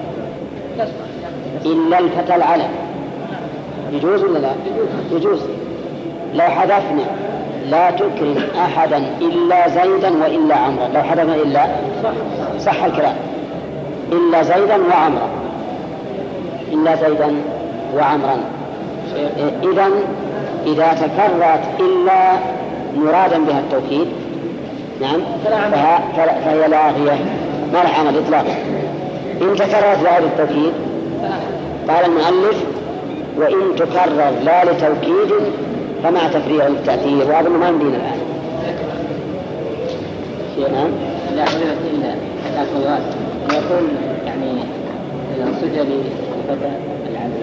إلا الفتى العلاء يجوز ولا لا؟ يجوز. لو حذفنا لا تكرم أحدا إلا زيدا وإلا عمرا، لو حذفنا إلا صح الكلام، إلا زيدا وعمرا، إلا زيدا وعمرا. إذا تكررت إلا مرادا بها التوكيد نعم فهي لاغية ما لها عمل إطلاقا. إن تكررت لغير التوكيد قال المؤلف وإن تكرر لا لتوكيد فمع تفريغ التأثير، وأظن ما يمدينا الآن. نعم لا حذفت إلا الأخوات يقول يعني السجل فتى العلم،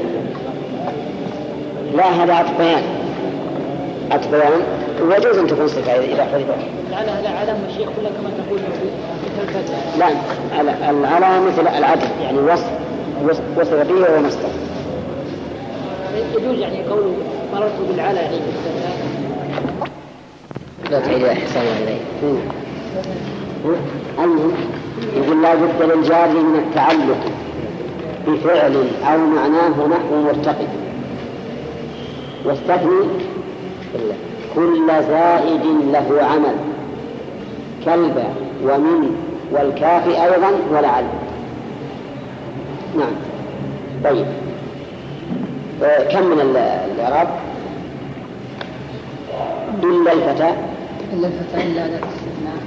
لا هذا عطف بيان، عطف بيان ويجوز أن تكون صفة إذا حذفت. العلم الشيخ ولا كما تقول مثل الفتى؟ لا العلم مثل العدل يعني وصف به ومصدر. يجوز يعني قوله مررت بالعلى يعني لا تعيد إحسان عليه. المهم يقول لا بد للجار من التعلق بفعل أو معناه نحو مرتقب، واستثني كل زائد له عمل كلب ومن والكاف أيضا ولعل. نعم. طيب كم من الإعراب؟ إلا الفتى إلا الفتى إلا أداة استثناء.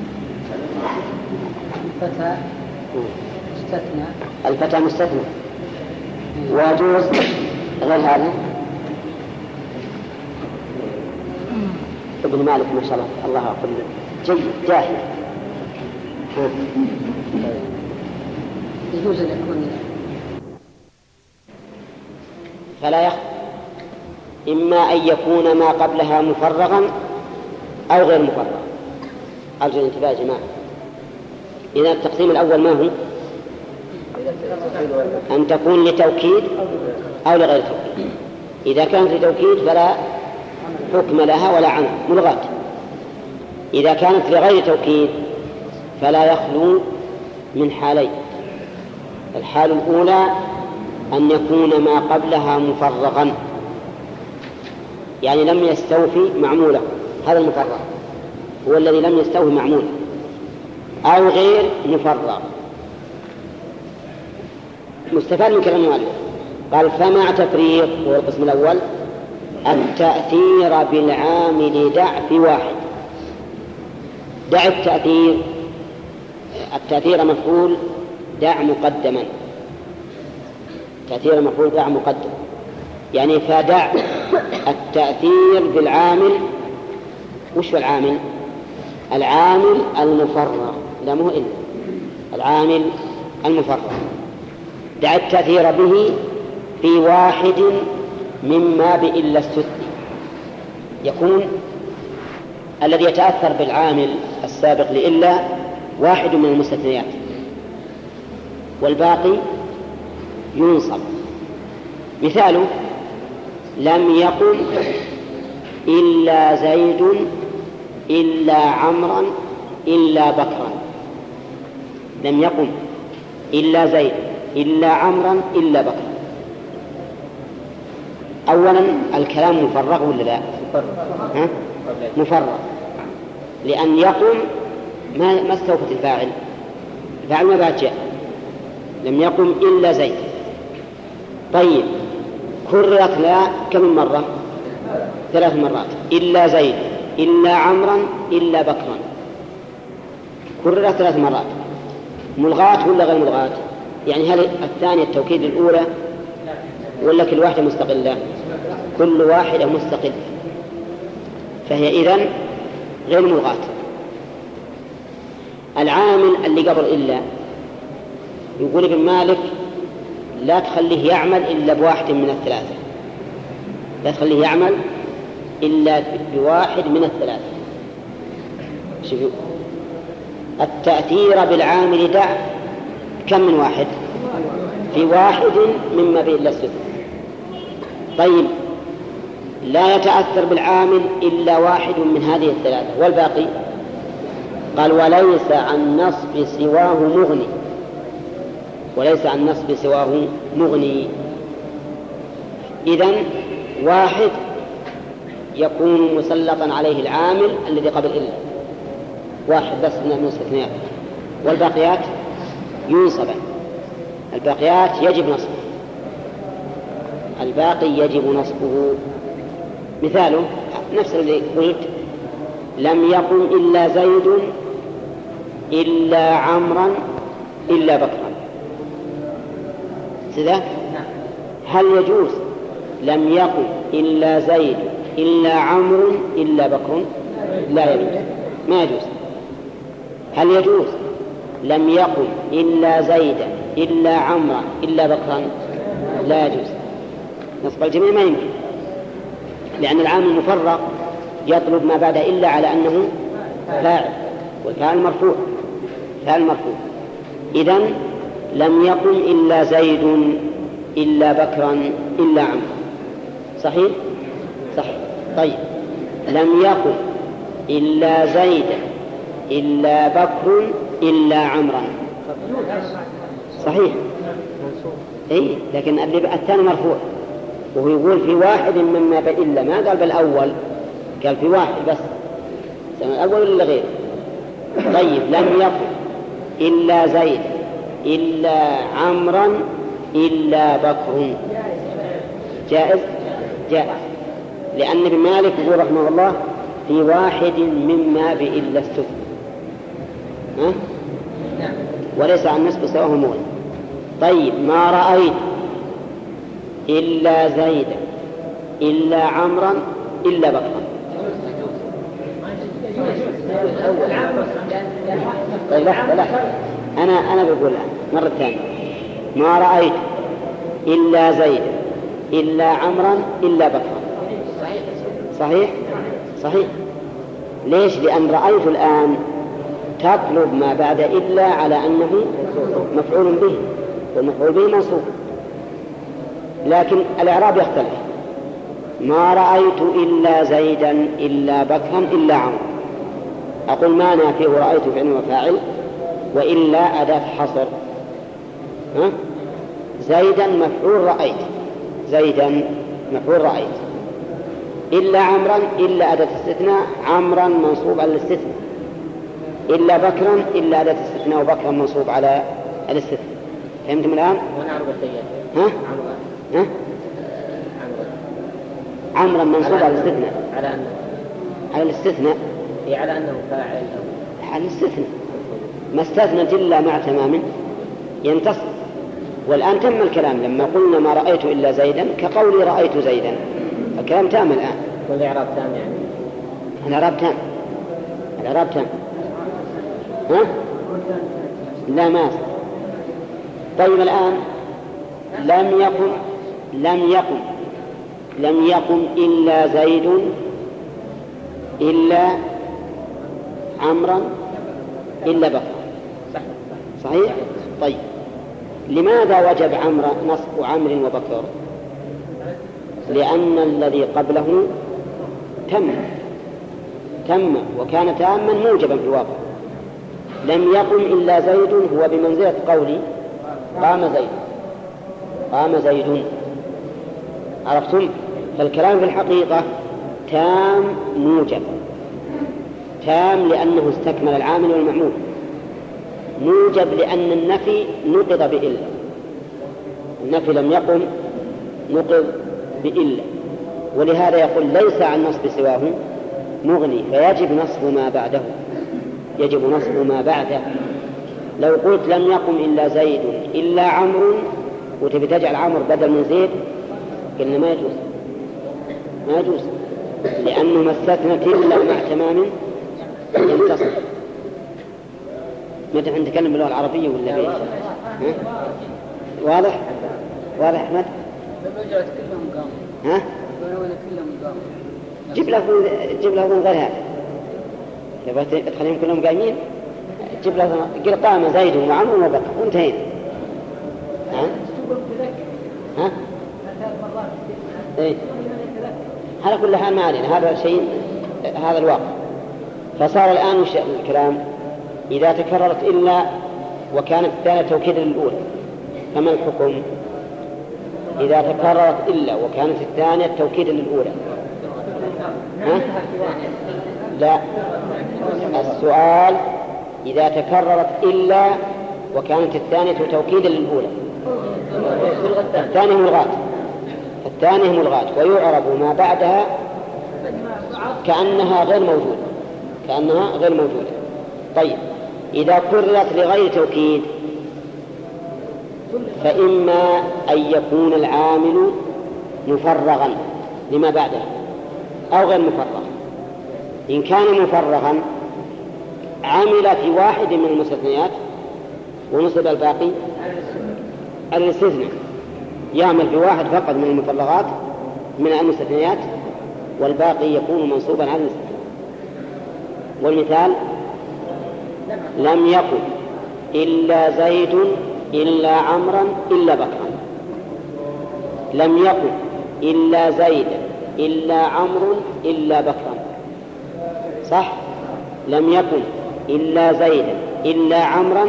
الفتى مستثنى. الفتى مستثنى. ويجوز غير هذا؟ ابن مالك ما شاء الله الله أقول جيد جاهل. يجوز أن يكون فلا يخفى إما أن يكون ما قبلها مفرغا أو غير مفرغ. أرجو الانتباه يا جماعة. إذا التقسيم الأول ما هو؟ أن تكون لتوكيد أو لغير توكيد. إذا كانت لتوكيد فلا حكم لها ولا عمل ملغاة. إذا كانت لغير توكيد فلا يخلو من حالين. الحال الأولى أن يكون ما قبلها مفرغا، يعني لم يستوفي معموله، هذا المفرغ هو الذي لم يستوفي معموله، أو غير مفرغ. مستفاد من كلام المؤلف قال فمع تفريق، وهو القسم الأول، التأثير بالعامل دع في واحد. دع التأثير مفعول دع مقدما. تأثير مفعول دع مقدم، يعني فدع التأثير بالعامل. وش هو العامل؟ العامل المفرغ، لا مو إلا العامل المفرغ. دع التأثير به في واحد مما بإلا استثني. يكون الذي يتأثر بالعامل السابق لإلا واحد من المستثنيات، والباقي ينصب. مثاله لم يقم إلا زيد إلا عمرا إلا بكرا. لم يقم إلا زيد إلا عمرا إلا بكرا. أولا الكلام مفرغ ولا لا؟ مفرغ، لأن يقم ما استوفت الفاعل ما بعد جاء. لم يقم إلا زيد. طيب كررت لا كم مرة؟ 3 مرات. إلا زيد إلا عمرا إلا بكرا، كررت 3 مرات. ملغاة ولا غير ملغاة؟ يعني هل الثانية التوكيد الأولى ولا كل واحدة مستقلة؟ كل واحدة مستقلة، فهي إذن غير ملغاة. العامل اللي قبل إلا يقول ابن مالك لا تخليه يعمل إلا بواحد من الثلاثة. لا تخليه يعمل إلا بواحد من الثلاثة. شوفوا التأثير بالعامل دع كم من واحد؟ في واحد مما بإلا استثنى. طيب لا يتأثر بالعامل إلا واحد من هذه الثلاثة، والباقي قال وليس عن نصب سواه مغني. وليس عن نصب سواه مغني. إذن واحد يكون مسلطا عليه العامل الذي قبل إلا، واحد بس من المستثنيات، والباقيات ينصبا. الباقيات يجب نصبه، الباقي يجب نصبه. مثاله نفس الذي قلت لم يقم إلا زيد إلا عمرا إلا بكرا. سذا هل يجوز لم يقم إلا زيد إلا عمرو إلا بكر؟ لا يجوز، ما يجوز. هل يجوز لم يقم إلا زيدا إلا عمرا إلا بكرا؟ لا يجوز. نصب الجميع ما يمكن، لأن العامل المفرق يطلب ما بعد إلا على أنه فاعل، والفاعل مرفوع، فاعل مرفوع. إذن لم يقم إلا زيد إلا بكرا إلا عمرو. صحيح؟ صحيح. طيب لم يقم إلا زيدا إلا بكر إلا عمرا. صحيح. إيه لكن الثاني مرفوع، وهو يقول في واحد مما إلا، ما قال بالأول، قال في واحد بس، الأول ولا غير. طيب لم يقل إلا زيد إلا عمرا إلا بكر، جائز؟ جائز، لأن ابن مالك يقول رحمه الله في واحد مما بإلا استثنى، وليس عن نسب سواه مولى. طيب ما رأيت إلا زيدا إلا عمرا إلا بكرا. طيب لا أنا بقول الآن مرة ثانية، ما رأيت إلا زيدا إلا عمرا إلا بكرا. صحيح؟ صحيح. ليش؟ لأن رأيت الآن تطلب ما بعد إلا على أنه مفعول به، والمفعول به منصوب، لكن الإعراب يختلف. ما رأيت إلا زيدا إلا بكرا إلا عمرا، أقول ما نافيه رأيت فعل وفاعل وإلا أداة حصر. زيدا مفعول رأيت، زيدا مفعول رأيت، إلا عمرا إلا أداة استثناء، عمرا منصوب على الاستثناء، إلا بكرا إلا أداة استثناء وبكرا منصوب على الاستثناء. فهمتم الآن؟ عمرا منصوب على الاستثناء، على الاستثناء، على أنه فاعل، على الاستثناء، ما استثنت إلا مع تمام ينتصر. والآن تم الكلام لما قلنا ما رأيت إلا زيدا كقولي رأيت زيدا، الكلام تام الآن. والإعراب تام يعني؟ الإعراب تام، الإعراب تام. لا ما أصل. طيب الآن لم يقم إلا زيد إلا عمرا إلا بكر. صحيح؟ طيب لماذا وجب نصب عمرو وبكر؟ لأن الذي قبله تم وكان تاما موجبا في الواقع. لم يقم إلا زيد هو بمنزلة قولي قام زيد. عرفتم؟ فالكلام في الحقيقة تام موجب، تام لأنه استكمل العامل والمعمول، موجب لأن النفي نقض بإلا، النفي لم يقم نقض بإلا، ولهذا يقول ليس عن نصب سواه مغني، فيجب نصب ما بعده، يجب نصب ما بعده. لو قلت لم يقم إلا زيد إلا عمرو وتبي تجعل عمرو بدل من زيد قلنا ما يجوز لأنه ما استثنت إلا مع تمام ينتصر. متى نتكلم باللغة العربية ولا بإيش؟ واضح أحمد؟ جيب له من غير هذا، تبغى تخليهم كلهم قايمين، جيب له قل قام زيد وعمرو وبكر وانتهينا. إيه؟ على كل حال ما علينا، هذا شيء، هذا الواقع. فصار الآن الكلام إذا تكررت إلا وكانت الثانية توكيدا للأولى فما الحكم؟ إذا تكررت إلا وكانت الثانية توكيدا للأولى. لا، السؤال إذا تكررت إلا وكانت الثانية توكيدا للأولى، الثانية ملغاة ويعرب ما بعدها كأنها غير موجودة. طيب إذا كررت لغير توكيد فإما أن يكون العامل مفرغا لما بعدها أو غير مفرغ. إن كان مفرغا عمل في واحد من المستثنيات ونصب الباقي على الاستثناء، يعمل في واحد فقط من المفرغات من المستثنيات والباقي يكون منصوبا على الاستثناء. والمثال لم يقل إلا زيد إلا عمرا إلا بكرا، لم يقل إلا زيد إلا عمرو إلا بكرا، صح؟ لم يقل إلا زيد إلا عمرا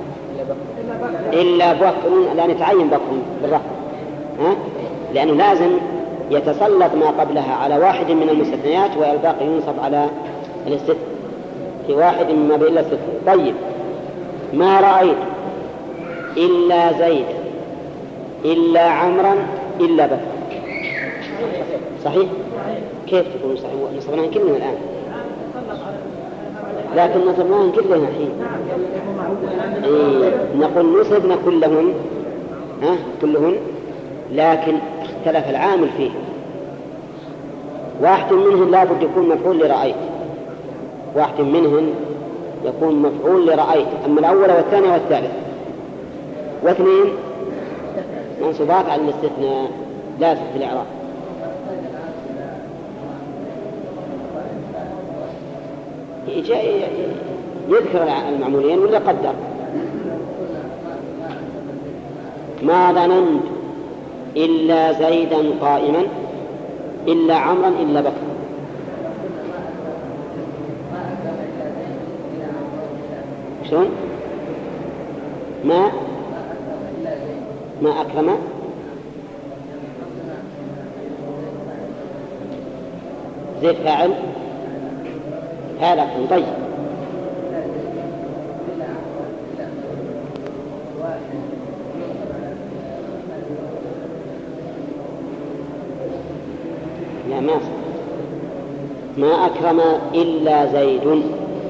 إلا بكر، لا نتعين بكر بالرفع، لأنه لازم يتسلط ما قبلها على واحد من المستثنيات والباقي ينصب على الاستثناء. في واحد مما به إلا استثناء. طيب ما رأيت إلا زيد إلا عمرا إلا بكر، صحيح؟ كيف تكون صحيح؟ نصبناهن كلهن الآن، لكن نصبناهن كلهن الحين. نقول نصبنا كلهن، كلهن، لكن اختلف العامل فيه. واحد منهن لا بد يكون مفعول لرأيت، واحد منهن يكون مفعول لرأيت، أما الأول والثاني والثالث، واثنين منصوبات على الاستثناء لازم في الإعراب. يذكر المعمولين ولا قدر؟ ما ظننت إلا زيدا قائما إلا عمرا إلا بكر. شلون؟ ما أكرم زيد فاعل هذا طيب. لا ما أكرم إلا زيد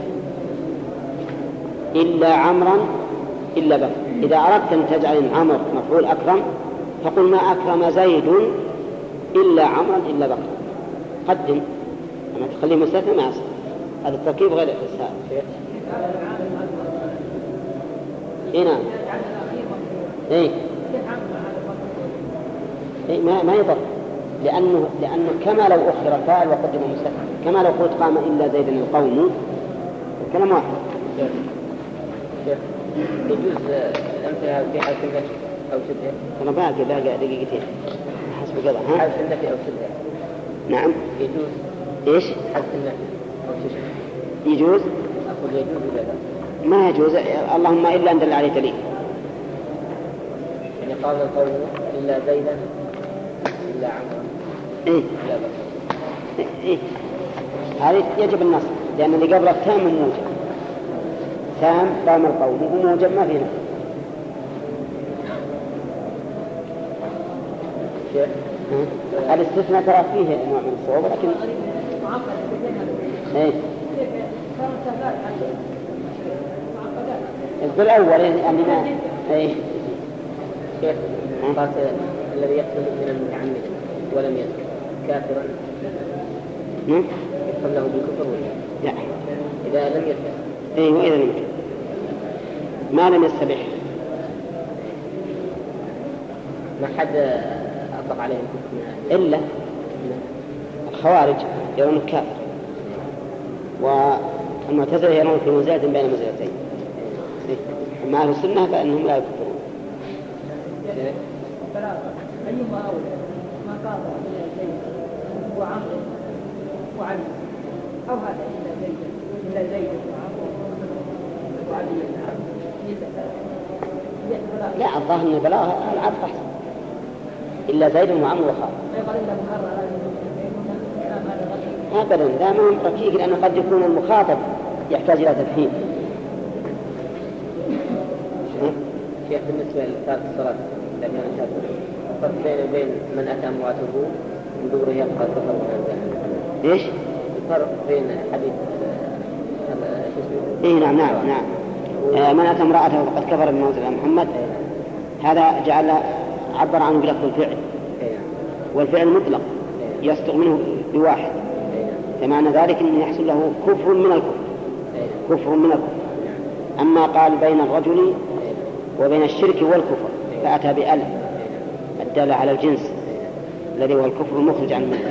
إلا عمرا إلا بكر. إذا أردت أن تجعل عمر مفعول أكرم فقل ما أكرم زيد إلا عمرا إلا بكر، قدم، أما تخليه مستثنى ما يصح. هذا التركيب غير السائل. نعم. ما يضر، لأنه كما لو أخر الفاعل وقدم مستثنى، كما لو قلت قام إلا زيد القوم، الكلام واحد. يجوز الأمثلة في حالة النفي أو شبهه؟ أنا باقي دقيقتين حسب قضاء. حالة النفي أو شبهه؟ نعم. يجوز. إيش؟ حالة النفي أو شبهه. يجوز؟ أقول يجوز ولا لا؟ ما يجوز، اللهم إلا أن دل عليه دليل. يعني قال القول إلا زيدا إلا عمرا إلا بكر. هذه يجب النصب، لأن اللي قبله تام موجب، تام قام القوم وموجب ما فيه نفي. الاستثناء ترى فيه نوع من الصعوبة، لكن بالأول يعني ما قال الذي يقتل من المتعمد ولم يذكر كافرا يحكم له بالكفر ولا إذا لم يذكر؟ وإذا لم يذكر ما لم يستبح، ما حد أطلق عليه الكفر إلا الخوارج يرون الكافر، والمعتزلة يرون في منزلة بين منزلتين. أما أهل السنة فإنهم لا يكفرون. أيهما أولى ما قال زيد وعمر وعلي، أو هذا إلا زيد وعمر وعلي؟ لا، الظاهر أن البلاغة العطف أحسن. إلا زيد وعمر وخالد أبدا، لا ما هم ركيك، لأنه قد يكون المخاطب يحتاج إلى تفهيم. شيخ بالنسبة لتارك الصلاة إذا كان كافر، الفرق بين وبين من أتى امرأته من دبره يبقى كفر من الجنة. إيش؟ الفرق بين حديث نعم. من أتى امرأته فقد كفر بما أنزل على محمد، هذا جعل عبر عنه بلفظ الفعل، والفعل مطلق يصدق منه بواحد، فمعنى ذلك أن يحصل له كفر من الكفر. أما قال بين الرجل وبين الشرك والكفر فأتى بأل الدالة على الجنس الذي هو الكفر المخرج عن الملة.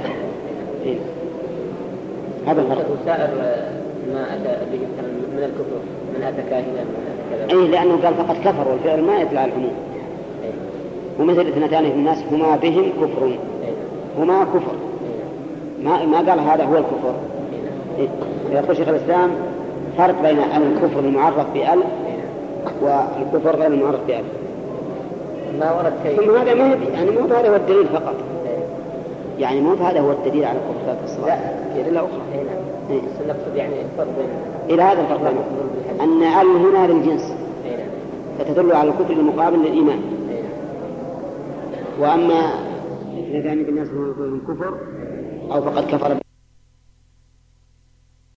هذا الفرق. وسائر ما أتى به من الكفر، من أتى كاهنا لأنه قال فقد كفر، والفعل ما يدل على العموم. ومثل اثنتان في الناس هما بهم كفر، هما كفر، ما قال هذا هو الكفر. يقول شيخ الإسلام فرق بين الكفر المعرف بأل والكفر غير المعرف بأل. ما ورد ثم هذا ما يعني مو هذا هو الدليل فقط، يعني مو هذا هو الدليل على كفر تارك الصلاة. لا في أدلة أخرى. نعم. بس نقصد يعني الفرق بين إلى هذا الفرق أن ال هنا للجنس فتدل على الكفر المقابل للإيمان. وأما إذا كان الناس من كفر أو فقد كفر